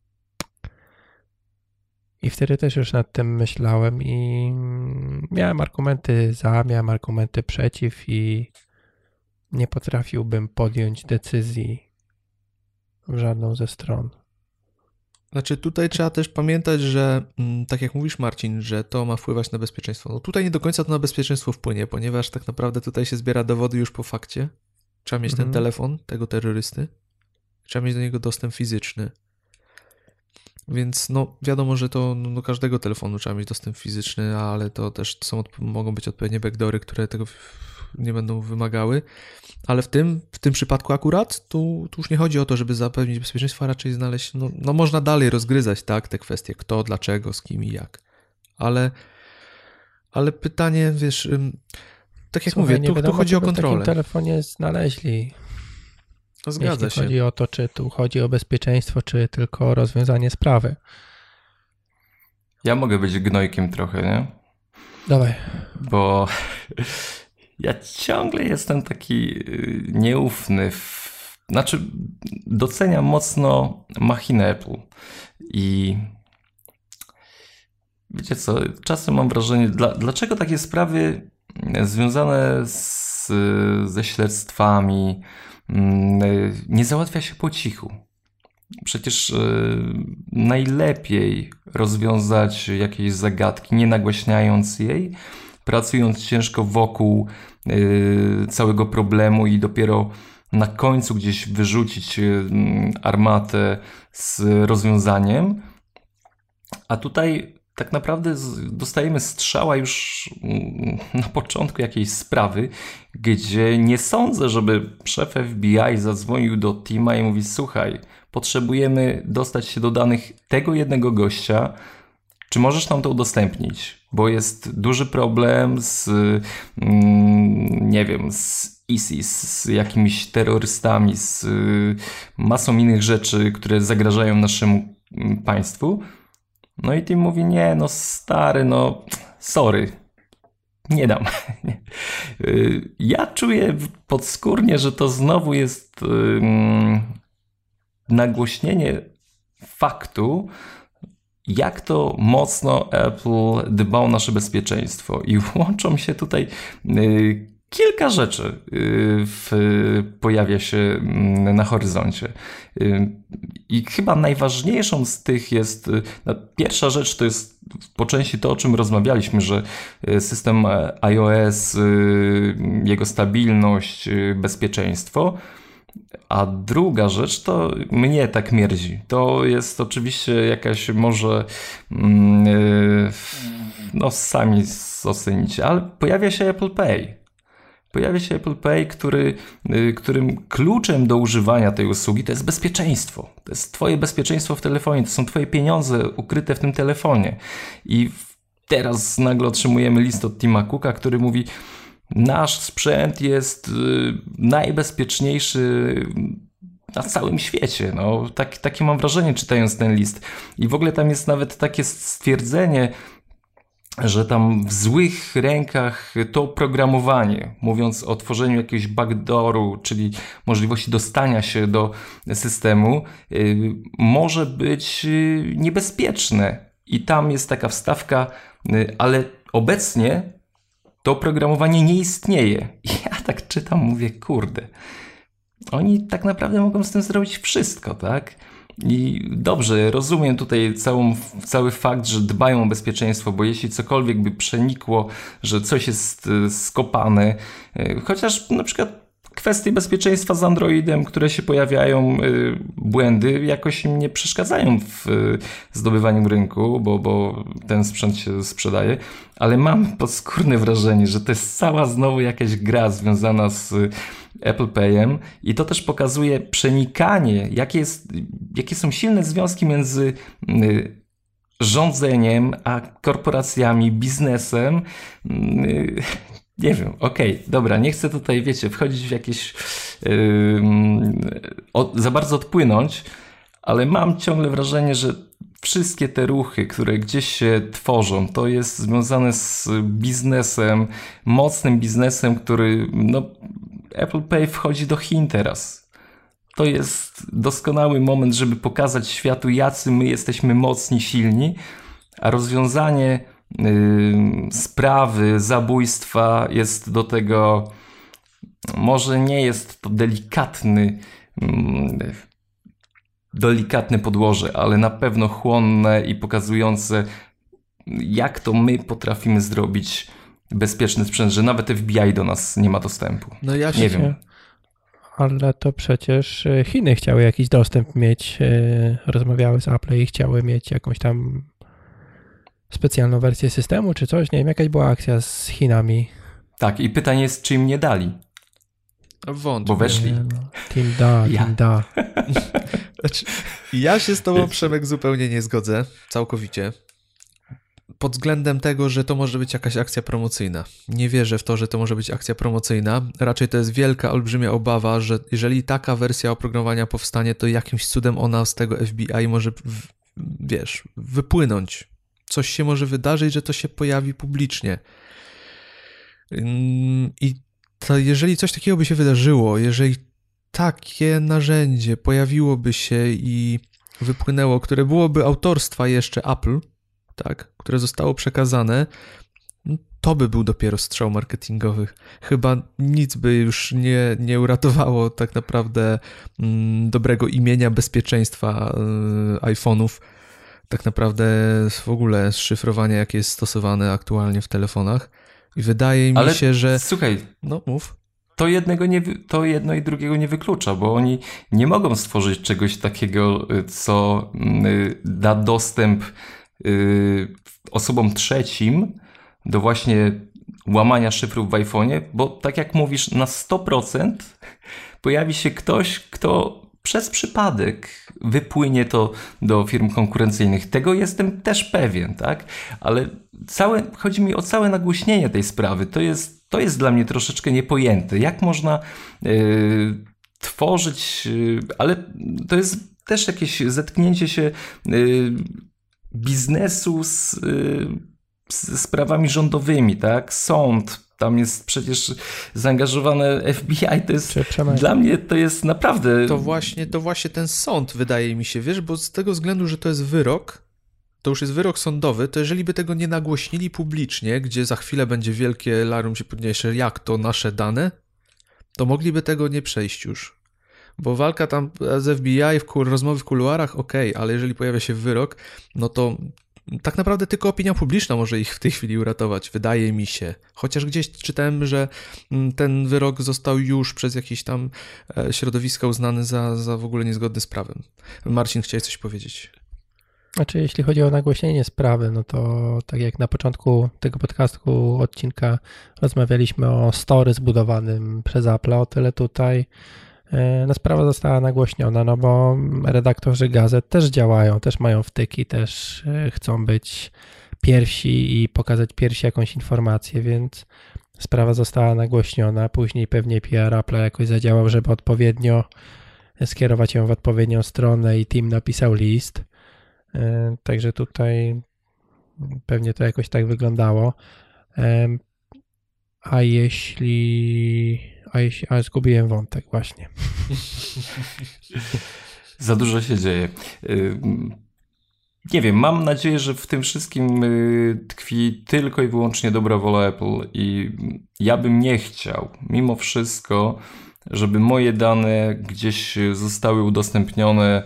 I wtedy też już nad tym myślałem i miałem argumenty za, miałem argumenty przeciw i nie potrafiłbym podjąć decyzji w żadną ze stron. Znaczy tutaj trzeba też pamiętać, że tak jak mówisz, Marcin, że to ma wpływać na bezpieczeństwo. No tutaj nie do końca to na bezpieczeństwo wpłynie, ponieważ tak naprawdę tutaj się zbiera dowody już po fakcie. Trzeba mieć ten telefon tego terrorysty. Trzeba mieć do niego dostęp fizyczny. Więc no wiadomo, że to do każdego telefonu trzeba mieć dostęp fizyczny, ale to też mogą być odpowiednie backdoory, które tego nie będą wymagały. Ale w tym przypadku akurat tu już nie chodzi o to, żeby zapewnić bezpieczeństwo, a raczej znaleźć, no można dalej rozgryzać, tak, te kwestie, kto, dlaczego, z kim i jak. Ale pytanie, wiesz, tak jak mówię, tu chodzi o kontrolę. W takim telefonie znaleźli. To zgadza się. Chodzi o to, czy tu chodzi o bezpieczeństwo, czy tylko o rozwiązanie sprawy. Ja mogę być gnojkiem trochę, nie? Dawaj. Bo ja ciągle jestem taki nieufny. Znaczy, doceniam mocno machinę Apple. I wiecie co, czasem mam wrażenie, dlaczego takie sprawy związane ze śledztwami nie załatwia się po cichu? Przecież najlepiej rozwiązać jakieś zagadki, nie nagłaśniając jej, pracując ciężko wokół całego problemu i dopiero na końcu gdzieś wyrzucić armatę z rozwiązaniem. A tutaj tak naprawdę dostajemy strzała już na początku jakiejś sprawy, gdzie nie sądzę, żeby szef FBI zadzwonił do Tima i mówi: słuchaj, potrzebujemy dostać się do danych tego jednego gościa, czy możesz nam to udostępnić? Bo jest duży problem z, nie wiem, z ISIS, z jakimiś terrorystami, z masą innych rzeczy, które zagrażają naszemu państwu. No i Tim mówi: nie, no stary, no sorry, nie dam. Ja czuję podskórnie, że to znowu jest nagłośnienie faktu, jak to mocno Apple dba o nasze bezpieczeństwo. I łączą się tutaj kilka rzeczy pojawia się na horyzoncie. I chyba najważniejszą z tych jest, pierwsza rzecz to jest po części to, o czym rozmawialiśmy, że system iOS, jego stabilność, bezpieczeństwo. A druga rzecz to mnie tak mierdzi. To jest oczywiście jakaś może no sami ocenicie, ale pojawia się Apple Pay. Pojawia się Apple Pay, którym kluczem do używania tej usługi to jest bezpieczeństwo. To jest twoje bezpieczeństwo w telefonie, to są twoje pieniądze ukryte w tym telefonie. I teraz nagle otrzymujemy list od Tima Cooka, który mówi: nasz sprzęt jest najbezpieczniejszy na całym świecie. No, takie mam wrażenie, czytając ten list. I w ogóle tam jest nawet takie stwierdzenie, że tam w złych rękach to oprogramowanie, mówiąc o tworzeniu jakiegoś backdooru, czyli możliwości dostania się do systemu, może być niebezpieczne. I tam jest taka wstawka, ale obecnie to oprogramowanie nie istnieje. I ja tak czytam, mówię: kurde, oni tak naprawdę mogą z tym zrobić wszystko, tak? I dobrze, rozumiem tutaj cały fakt, że dbają o bezpieczeństwo, bo jeśli cokolwiek by przenikło, że coś jest skopane, chociaż na przykład kwestie bezpieczeństwa z Androidem, które się pojawiają, błędy jakoś im nie przeszkadzają w zdobywaniu rynku, bo ten sprzęt się sprzedaje, ale mam podskórne wrażenie, że to jest cała znowu jakaś gra związana z Apple Payem i to też pokazuje przenikanie, jakie są silne związki między rządzeniem a korporacjami, biznesem. Nie wiem, okej, dobra, nie chcę tutaj, wiecie, wchodzić w jakieś za bardzo odpłynąć, ale mam ciągle wrażenie, że wszystkie te ruchy, które gdzieś się tworzą, to jest związane z biznesem, mocnym biznesem, który, no, Apple Pay wchodzi do Chin teraz. To jest doskonały moment, żeby pokazać światu, jacy my jesteśmy mocni, silni, a rozwiązanie sprawy zabójstwa jest do tego, może nie jest to delikatne podłoże, ale na pewno chłonne i pokazujące, jak to my potrafimy zrobić bezpieczny sprzęt, że nawet FBI do nas nie ma dostępu. No ja nie wiem. Ale to przecież Chiny chciały jakiś dostęp mieć, rozmawiały z Apple i chciały mieć jakąś tam specjalną wersję systemu czy coś, nie wiem, jakaś była akcja z Chinami. Tak, i pytanie jest, czy im nie dali. Wątpię. Bo weszli. Nie, no. Team da. Znaczy, ja się z tobą, Przemek, zupełnie nie zgodzę, całkowicie. Pod względem tego, że to może być jakaś akcja promocyjna. Nie wierzę w to, że to może być akcja promocyjna. Raczej to jest wielka, olbrzymia obawa, że jeżeli taka wersja oprogramowania powstanie, to jakimś cudem ona z tego FBI może, wypłynąć. Coś się może wydarzyć, że to się pojawi publicznie. I to jeżeli coś takiego by się wydarzyło, jeżeli takie narzędzie pojawiłoby się i wypłynęło, które byłoby autorstwa jeszcze Apple, tak, które zostało przekazane, to by był dopiero strzał marketingowy. Chyba nic by już nie uratowało tak naprawdę dobrego imienia bezpieczeństwa iPhone'ów. Tak naprawdę w ogóle szyfrowanie, jakie jest stosowane aktualnie w telefonach. I wydaje mi się, że... Słuchaj, no mów. To jedno i drugiego nie wyklucza, bo oni nie mogą stworzyć czegoś takiego, co da dostęp osobom trzecim do właśnie łamania szyfrów w iPhone'ie, bo tak jak mówisz, na 100% pojawi się ktoś, kto przez przypadek wypłynie to do firm konkurencyjnych. Tego jestem też pewien, tak? Ale chodzi mi o całe nagłośnienie tej sprawy. To jest dla mnie troszeczkę niepojęte. Jak można tworzyć, ale to jest też jakieś zetknięcie się biznesu z sprawami rządowymi, tak? Sąd, tam jest przecież zaangażowane FBI, to jest dla mnie to jest naprawdę... To właśnie ten sąd, wydaje mi się, wiesz, bo z tego względu, że to jest wyrok, to już jest wyrok sądowy, to jeżeli by tego nie nagłośnili publicznie, gdzie za chwilę będzie wielkie larum się podniesie, jak to nasze dane, to mogliby tego nie przejść już. Bo walka tam z FBI, rozmowy w kuluarach, okej, ale jeżeli pojawia się wyrok, no to tak naprawdę tylko opinia publiczna może ich w tej chwili uratować, wydaje mi się. Chociaż gdzieś czytałem, że ten wyrok został już przez jakieś tam środowiska uznany za w ogóle niezgodny z prawem. Marcin, chciałeś coś powiedzieć? Znaczy, jeśli chodzi o nagłośnienie sprawy, no to tak jak na początku tego podcastu, odcinka rozmawialiśmy o story zbudowanym przez Apple, o tyle tutaj no sprawa została nagłośniona, no bo redaktorzy gazet też działają, też mają wtyki, też chcą być pierwsi i pokazać pierwsi jakąś informację, więc sprawa została nagłośniona, później pewnie PR Apple jakoś zadziałał, żeby odpowiednio skierować ją w odpowiednią stronę i team napisał list, także tutaj pewnie to jakoś tak wyglądało. A zgubiłem wątek właśnie. Za dużo się dzieje. Nie wiem, mam nadzieję, że w tym wszystkim tkwi tylko i wyłącznie dobra wola Apple i ja bym nie chciał, mimo wszystko, żeby moje dane gdzieś zostały udostępnione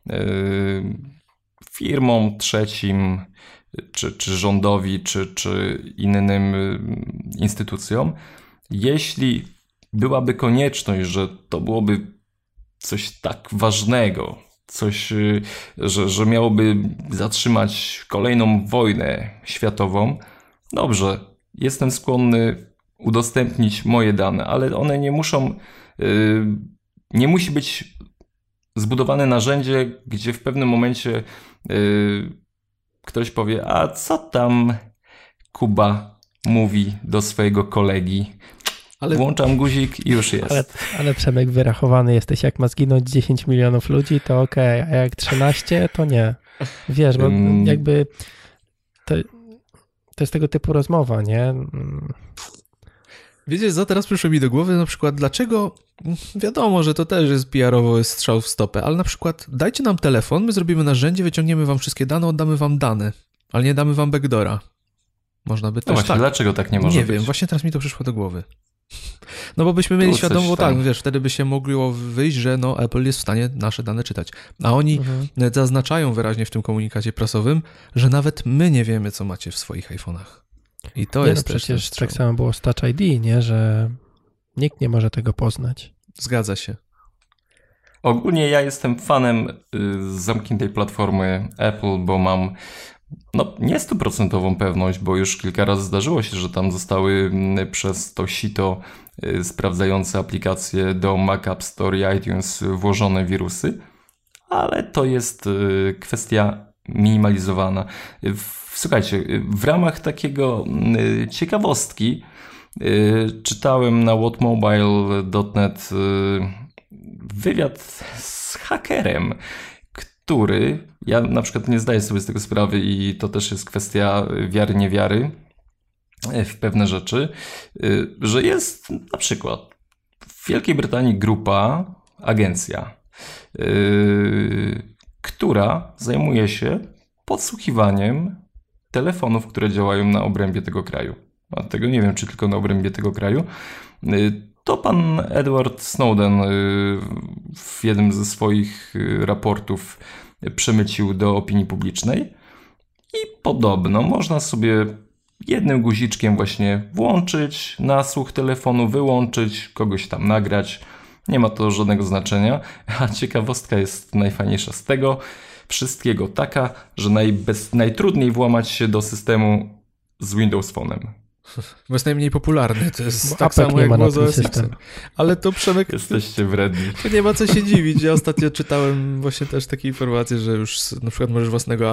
firmom trzecim, czy rządowi, czy innym instytucjom. Jeśli byłaby konieczność, że to byłoby coś tak ważnego, coś, że miałoby zatrzymać kolejną wojnę światową, dobrze, jestem skłonny udostępnić moje dane, ale one nie muszą, nie musi być zbudowane narzędzie, gdzie w pewnym momencie ktoś powie, a co tam Kuba mówi do swojego kolegi? Ale... Włączam guzik i już jest. Ale Przemek, wyrachowany jesteś, jak ma zginąć 10 milionów ludzi, to okej, a jak 13, to nie. Wiesz, bo jakby to jest tego typu rozmowa, nie? Wiecie co, teraz przyszło mi do głowy na przykład, dlaczego, wiadomo, że to też jest PR-owo jest strzał w stopę, ale na przykład dajcie nam telefon, my zrobimy narzędzie, wyciągniemy wam wszystkie dane, oddamy wam dane, ale nie damy wam backdoora. Można by też właśnie, tak. Dlaczego tak nie może Nie być? wiem, właśnie teraz mi to przyszło do głowy. No bo byśmy mieli świadomość, tak, wiesz, wtedy by się mogło wyjść, że no Apple jest w stanie nasze dane czytać. A oni zaznaczają wyraźnie w tym komunikacie prasowym, że nawet my nie wiemy, co macie w swoich iPhone'ach. I to jest też przecież tak samo było z Touch ID, nie? Że nikt nie może tego poznać. Zgadza się. Ogólnie ja jestem fanem zamkniętej platformy Apple, bo mam nie 100% pewność, bo już kilka razy zdarzyło się, że tam zostały przez to sito sprawdzające aplikacje do Mac App Store i iTunes włożone wirusy, ale to jest kwestia minimalizowana. Słuchajcie, w ramach takiego ciekawostki czytałem na whatmobile.net wywiad z hakerem, który, ja na przykład nie zdaję sobie z tego sprawy i to też jest kwestia wiary, niewiary w pewne rzeczy, że jest na przykład w Wielkiej Brytanii grupa, agencja, która zajmuje się podsłuchiwaniem telefonów, które działają na obrębie tego kraju. A tego nie wiem, czy tylko na obrębie tego kraju. To pan Edward Snowden w jednym ze swoich raportów przemycił do opinii publicznej i podobno można sobie jednym guziczkiem właśnie włączyć nasłuch telefonu, wyłączyć, kogoś tam nagrać. Nie ma to żadnego znaczenia, a ciekawostka jest najfajniejsza z tego. wszystkiego taka, że najtrudniej włamać się do systemu z Windows Phone'em. Bo jest najmniej popularny, to jest tak Apple samo nie jak ma na było z ten OS system. X-em. Ale to Przemek, Jesteście wredni. to nie ma co się dziwić. Ja ostatnio czytałem właśnie też takie informacje, że już na przykład możesz własnego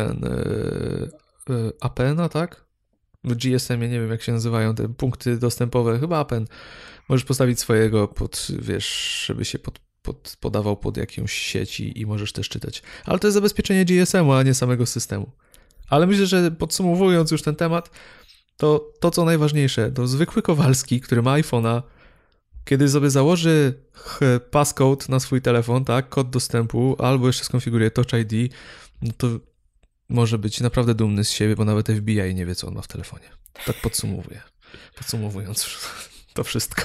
APN-a, tak? W GSM-ie, nie wiem jak się nazywają te punkty dostępowe, chyba APN. Możesz postawić swojego żeby się podawał pod jakąś sieć i możesz też czytać. Ale to jest zabezpieczenie GSM-u, a nie samego systemu. Ale myślę, że podsumowując już ten temat, to co najważniejsze, to zwykły Kowalski, który ma iPhone'a, kiedy sobie założy passcode na swój telefon, tak, kod dostępu, albo jeszcze skonfiguruje Touch ID, no to może być naprawdę dumny z siebie, bo nawet FBI nie wie, co on ma w telefonie. Tak podsumowując to wszystko.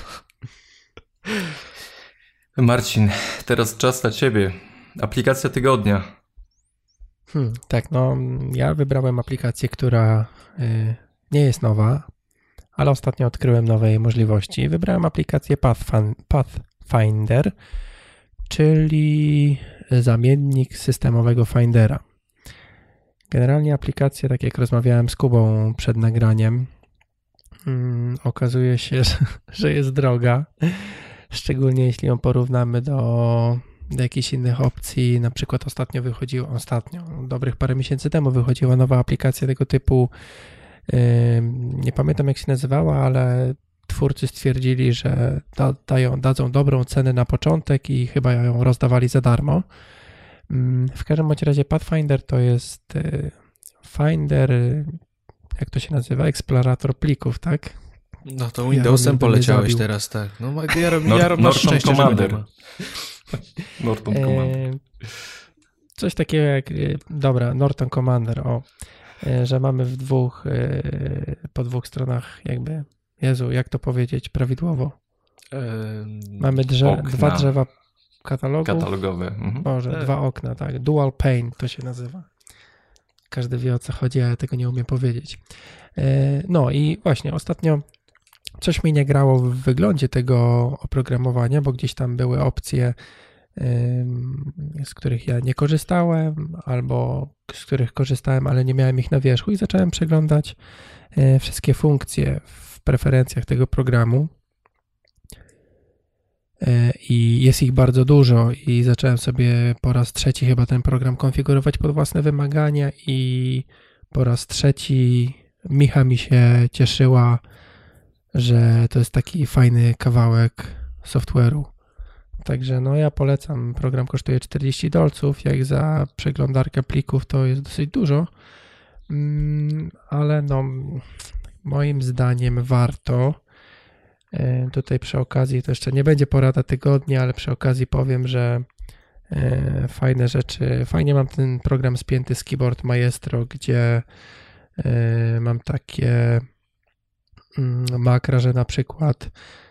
Marcin, teraz czas dla ciebie. Aplikacja tygodnia. Tak, no ja wybrałem aplikację, która nie jest nowa, ale ostatnio odkryłem nowe jej możliwości. Wybrałem aplikację Pathfinder, czyli zamiennik systemowego Findera. Generalnie aplikacja, tak jak rozmawiałem z Kubą przed nagraniem, okazuje się, że jest droga, szczególnie jeśli ją porównamy do jakichś innych opcji. Na przykład dobrych parę miesięcy temu wychodziła nowa aplikacja tego typu. Nie pamiętam jak się nazywała, ale twórcy stwierdzili, że dadzą dobrą cenę na początek i chyba ją rozdawali za darmo. W każdym bądź razie Pathfinder to jest Finder, jak to się nazywa? Eksplorator plików, tak? No to Windowsem poleciałeś teraz, tak. No Norton Commander. Norton Commander. Coś takiego jak, Norton Commander, że mamy po dwóch stronach jakby, Jezu, jak to powiedzieć prawidłowo? Mamy dwa drzewa katalogowe. Może, dwa okna, tak. Dual pane to się nazywa. Każdy wie o co chodzi, a ja tego nie umiem powiedzieć. No i właśnie ostatnio coś mi nie grało w wyglądzie tego oprogramowania, bo gdzieś tam były opcje, z których ja nie korzystałem, albo z których korzystałem, ale nie miałem ich na wierzchu i zacząłem przeglądać wszystkie funkcje w preferencjach tego programu. I jest ich bardzo dużo i zacząłem sobie po raz trzeci chyba ten program konfigurować pod własne wymagania i po raz trzeci Micha mi się cieszyła, że to jest taki fajny kawałek software'u. Także no ja polecam, program kosztuje $40, jak za przeglądarkę plików to jest dosyć dużo, ale no moim zdaniem warto. Tutaj przy okazji, to jeszcze nie będzie porada tygodnia, ale przy okazji powiem, że fajne rzeczy, fajnie mam ten program spięty z Keyboard Maestro, gdzie mam takie makra, że na przykład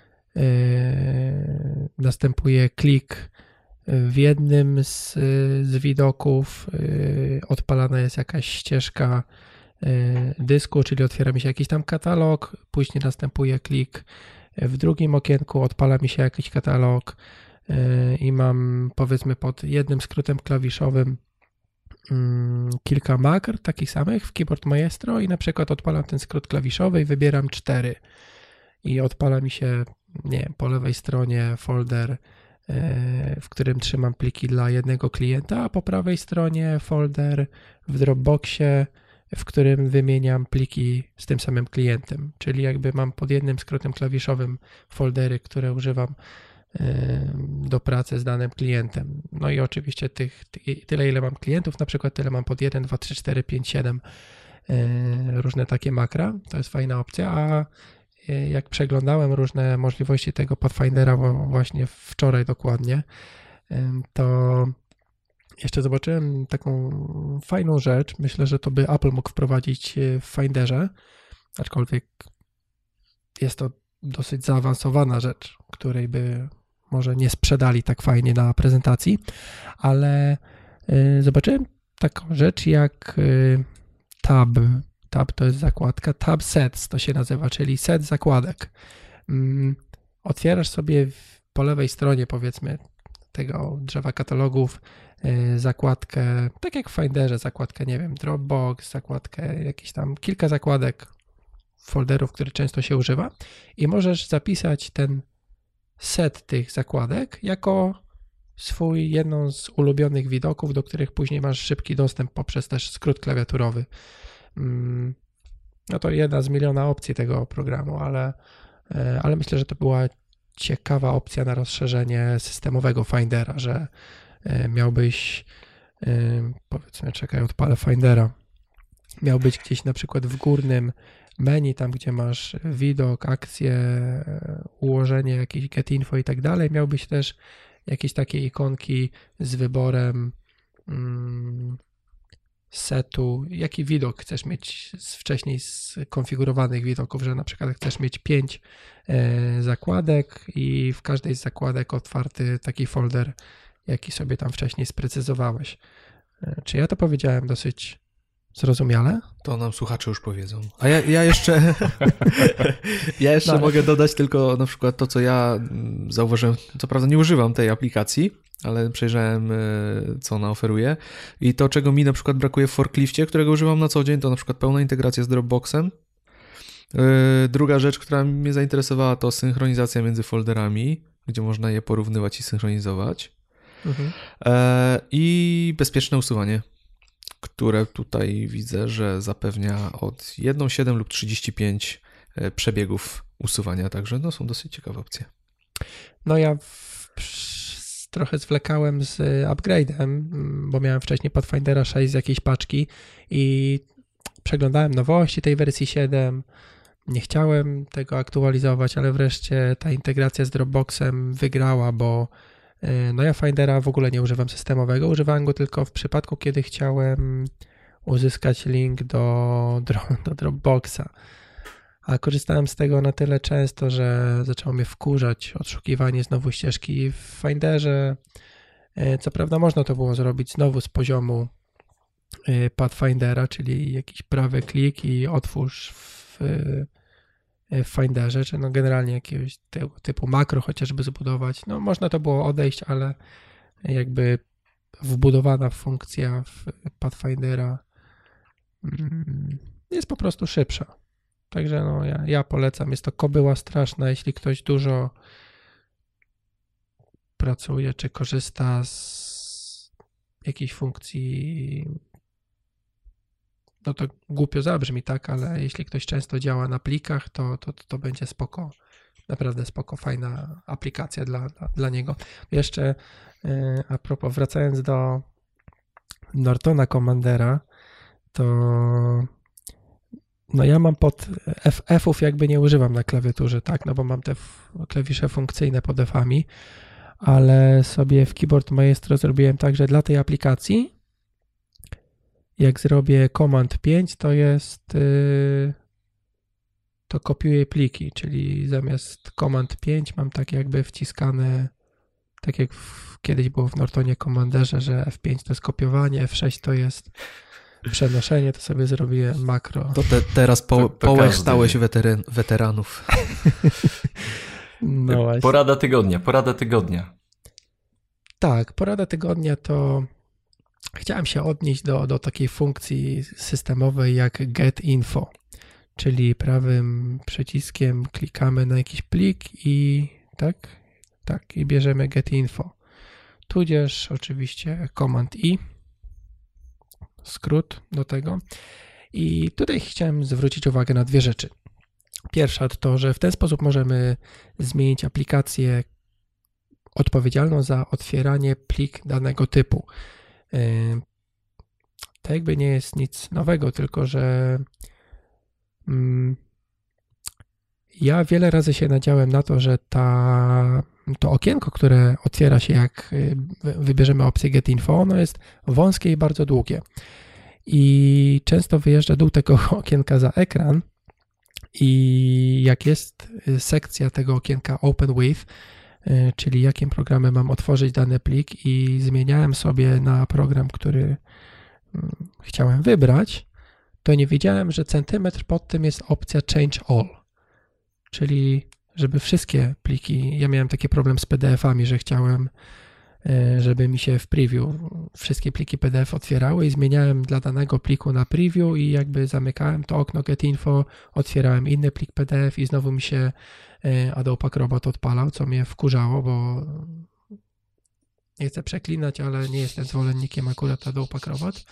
następuje klik w jednym z widoków, odpalana jest jakaś ścieżka dysku, czyli otwiera mi się jakiś tam katalog, później następuje klik w drugim okienku, odpala mi się jakiś katalog i mam powiedzmy pod jednym skrótem klawiszowym kilka makr takich samych w Keyboard Maestro i na przykład odpalam ten skrót klawiszowy i wybieram 4 i odpala mi się, nie wiem, po lewej stronie folder, w którym trzymam pliki dla jednego klienta, a po prawej stronie folder w Dropboxie, w którym wymieniam pliki z tym samym klientem, czyli jakby mam pod jednym skrótem klawiszowym foldery, które używam do pracy z danym klientem. No i oczywiście tyle ile mam klientów, na przykład tyle mam pod 1, 2, 3, 4, 5, 7 różne takie makra, to jest fajna opcja, a jak przeglądałem różne możliwości tego Pathfindera właśnie wczoraj dokładnie, to jeszcze zobaczyłem taką fajną rzecz. Myślę, że to by Apple mógł wprowadzić w Finderze, aczkolwiek jest to dosyć zaawansowana rzecz, której by może nie sprzedali tak fajnie na prezentacji, ale zobaczyłem taką rzecz jak Tab to jest zakładka, Tab Sets to się nazywa, czyli set zakładek. Otwierasz sobie po lewej stronie, powiedzmy, tego drzewa katalogów zakładkę, tak jak w Finderze, zakładkę, nie wiem, Dropbox, zakładkę, jakieś tam kilka zakładek, folderów, które często się używa i możesz zapisać ten set tych zakładek jako swój jedną z ulubionych widoków, do których później masz szybki dostęp poprzez też skrót klawiaturowy. No to jedna z miliona opcji tego programu, ale myślę, że to była ciekawa opcja na rozszerzenie systemowego Findera, że miałbyś, powiedzmy, odpalę Findera, miał być gdzieś na przykład w górnym menu, tam gdzie masz widok, akcje, ułożenie, jakieś get info i tak dalej, miałbyś też jakieś takie ikonki z wyborem setu, jaki widok chcesz mieć z wcześniej skonfigurowanych widoków, że na przykład chcesz mieć 5 zakładek i w każdej z zakładek otwarty taki folder, jaki sobie tam wcześniej sprecyzowałeś. Czy ja to powiedziałem dosyć zrozumiale? To nam słuchacze już powiedzą. A ja jeszcze no, mogę dodać tylko na przykład to, co ja zauważyłem. Co prawda nie używam tej aplikacji, ale przejrzałem, co ona oferuje. I to, czego mi na przykład brakuje w Forklifcie, którego używam na co dzień, to na przykład pełna integracja z Dropboxem. Druga rzecz, która mnie zainteresowała, to synchronizacja między folderami, gdzie można je porównywać i synchronizować. I bezpieczne usuwanie, które tutaj widzę, że zapewnia od 1,7 lub 35 przebiegów usuwania, także no, są dosyć ciekawe opcje. No ja trochę zwlekałem z upgrade'em, bo miałem wcześniej Pathfindera 6 z jakiejś paczki i przeglądałem nowości tej wersji 7, nie chciałem tego aktualizować, ale wreszcie ta integracja z Dropboxem wygrała, bo no ja Findera w ogóle nie używam systemowego, używałem go tylko w przypadku, kiedy chciałem uzyskać link do Dropboxa. A korzystałem z tego na tyle często, że zaczęło mnie wkurzać odszukiwanie znowu ścieżki w Finderze. Co prawda można to było zrobić znowu z poziomu Pathfindera, czyli jakiś prawy klik i otwórz w Finderze, czy no generalnie jakiegoś typu makro chociażby zbudować. No można to było odejść, ale jakby wbudowana funkcja w Pathfindera jest po prostu szybsza. Także no ja polecam. Jest to kobyła straszna, jeśli ktoś dużo pracuje, czy korzysta z jakiejś funkcji. No to głupio zabrzmi, tak, ale jeśli ktoś często działa na plikach, to będzie spoko, naprawdę spoko, fajna aplikacja dla niego. Jeszcze a propos, wracając do Nortona Commandera, to no ja mam pod F-ów jakby nie używam na klawiaturze, tak, no bo mam te klawisze funkcyjne pod F-ami, ale sobie w Keyboard Maestro zrobiłem tak, że dla tej aplikacji jak zrobię Command 5, to jest to kopiuję pliki, czyli zamiast Command 5 mam tak jakby wciskane, tak jak kiedyś było w Nortonie Commanderze, że F5 to jest kopiowanie, F6 to jest przenoszenie, to sobie zrobiłem makro. To teraz połechtałeś weteranów. No właśnie. Porada tygodnia. Tak, porada tygodnia to chciałem się odnieść do takiej funkcji systemowej jak get info, czyli prawym przyciskiem klikamy na jakiś plik i i bierzemy get info. Tudzież oczywiście Command I, skrót do tego. I tutaj chciałem zwrócić uwagę na dwie rzeczy. Pierwsza to, że w ten sposób możemy zmienić aplikację odpowiedzialną za otwieranie plik danego typu. To jakby nie jest nic nowego, tylko że ja wiele razy się nadziałem na to, że to okienko, które otwiera się jak wybierzemy opcję Get Info, ono jest wąskie i bardzo długie. I często wyjeżdża dół tego okienka za ekran i jak jest sekcja tego okienka Open With, czyli jakim programem mam otworzyć dany plik i zmieniałem sobie na program, który chciałem wybrać, to nie wiedziałem, że centymetr pod tym jest opcja Change All, czyli żeby wszystkie pliki, ja miałem taki problem z PDF-ami, że chciałem żeby mi się w preview wszystkie pliki PDF otwierały i zmieniałem dla danego pliku na preview i jakby zamykałem to okno GetInfo, otwierałem inny plik PDF i znowu mi się Adobe Acrobat odpalał, co mnie wkurzało, bo nie chcę przeklinać, ale nie jestem zwolennikiem akurat Adobe Acrobat.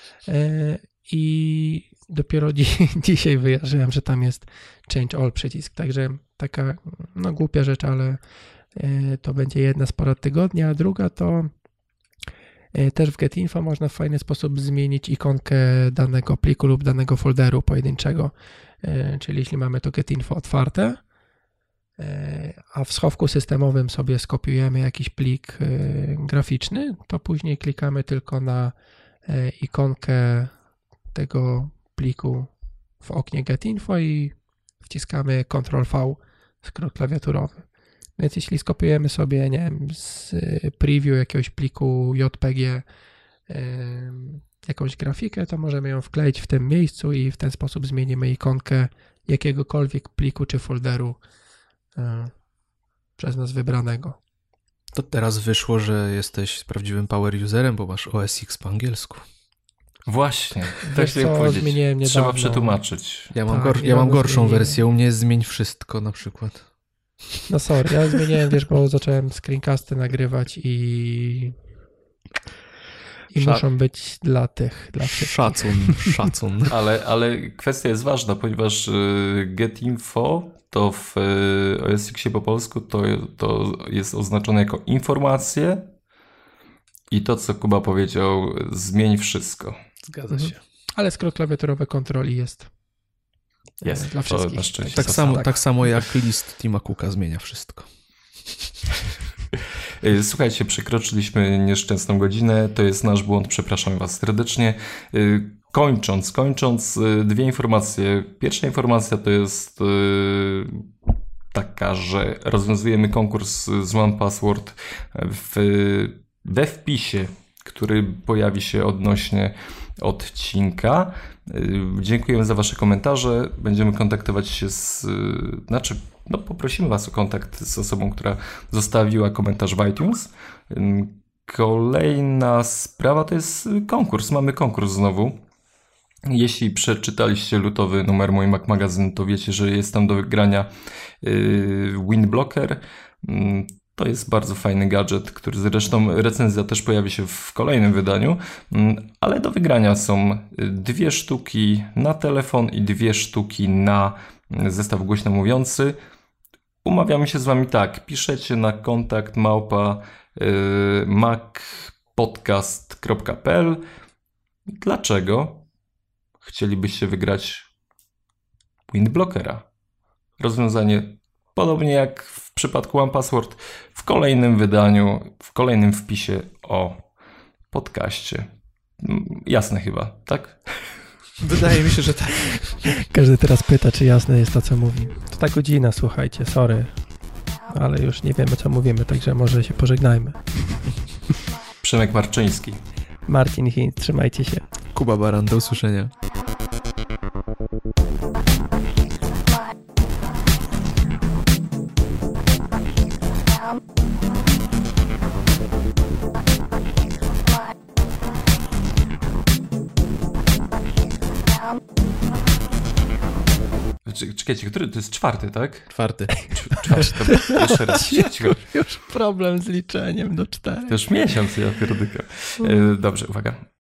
I dopiero dzisiaj wyjarzyłem, że tam jest Change All przycisk. Także taka głupia rzecz, ale to będzie jedna z porad tygodnia. A druga to też w GetInfo można w fajny sposób zmienić ikonkę danego pliku lub danego folderu pojedynczego. Czyli jeśli mamy to GetInfo otwarte, a w schowku systemowym sobie skopiujemy jakiś plik graficzny, to później klikamy tylko na ikonkę tego pliku w oknie GetInfo i wciskamy Ctrl-V, skrót klawiaturowy. Więc jeśli skopiujemy sobie, nie wiem, z preview jakiegoś pliku JPG jakąś grafikę, to możemy ją wkleić w tym miejscu i w ten sposób zmienimy ikonkę jakiegokolwiek pliku czy folderu przez nas wybranego. To teraz wyszło, że jesteś prawdziwym power userem, bo masz OS X po angielsku. Właśnie, tak chciałem powiedzieć. Trzeba przetłumaczyć. Ja mam gorszą wersję, u mnie jest zmień wszystko na przykład. No sorry, ja zmieniłem, bo zacząłem screencasty nagrywać i muszą być dla wszystkich. Szacun. Ale kwestia jest ważna, ponieważ GetInfo to w OS Xie po polsku to jest oznaczone jako informacje i to, co Kuba powiedział, zmień wszystko. Zgadza się. Ale skrót klawiaturowy kontroli jest dla wszystkich. Na szczęście. Tak samo jak list Tima Cooka zmienia wszystko. Słuchajcie, przekroczyliśmy nieszczęsną godzinę, to jest nasz błąd, przepraszam was serdecznie. Kończąc, dwie informacje. Pierwsza informacja to jest taka, że rozwiązujemy konkurs z OnePassword we wpisie, który pojawi się odnośnie odcinka. Dziękujemy za wasze komentarze. Będziemy kontaktować się poprosimy was o kontakt z osobą, która zostawiła komentarz w iTunes. Kolejna sprawa to jest konkurs. Mamy konkurs znowu. Jeśli przeczytaliście lutowy numer Mój Mac Magazine, to wiecie, że jest tam do wygrania Windblocker. To jest bardzo fajny gadżet, który zresztą recenzja też pojawi się w kolejnym wydaniu, ale do wygrania są 2 sztuki na telefon i 2 sztuki na zestaw głośno mówiący. Umawiamy się z wami tak, piszecie na kontakt macpodcast.pl. Dlaczego chcielibyście wygrać Windblockera? Rozwiązanie podobnie jak w przypadku OnePassword w kolejnym wydaniu, w kolejnym wpisie o podcaście. Jasne chyba, tak? Wydaje mi się, że tak. Każdy teraz pyta, czy jasne jest to, co mówi. To ta godzina, słuchajcie, sorry. Ale już nie wiemy, co mówimy, także może się pożegnajmy. Przemek Marczyński. Marcin Hinz, trzymajcie się. Kuba Baran, do usłyszenia. Czekajcie, który to jest 4, tak? 4. 4, to jeszcze raz. Już problem z liczeniem do 4. To już miesiąc, ja pierdyka. Dobrze, uwaga.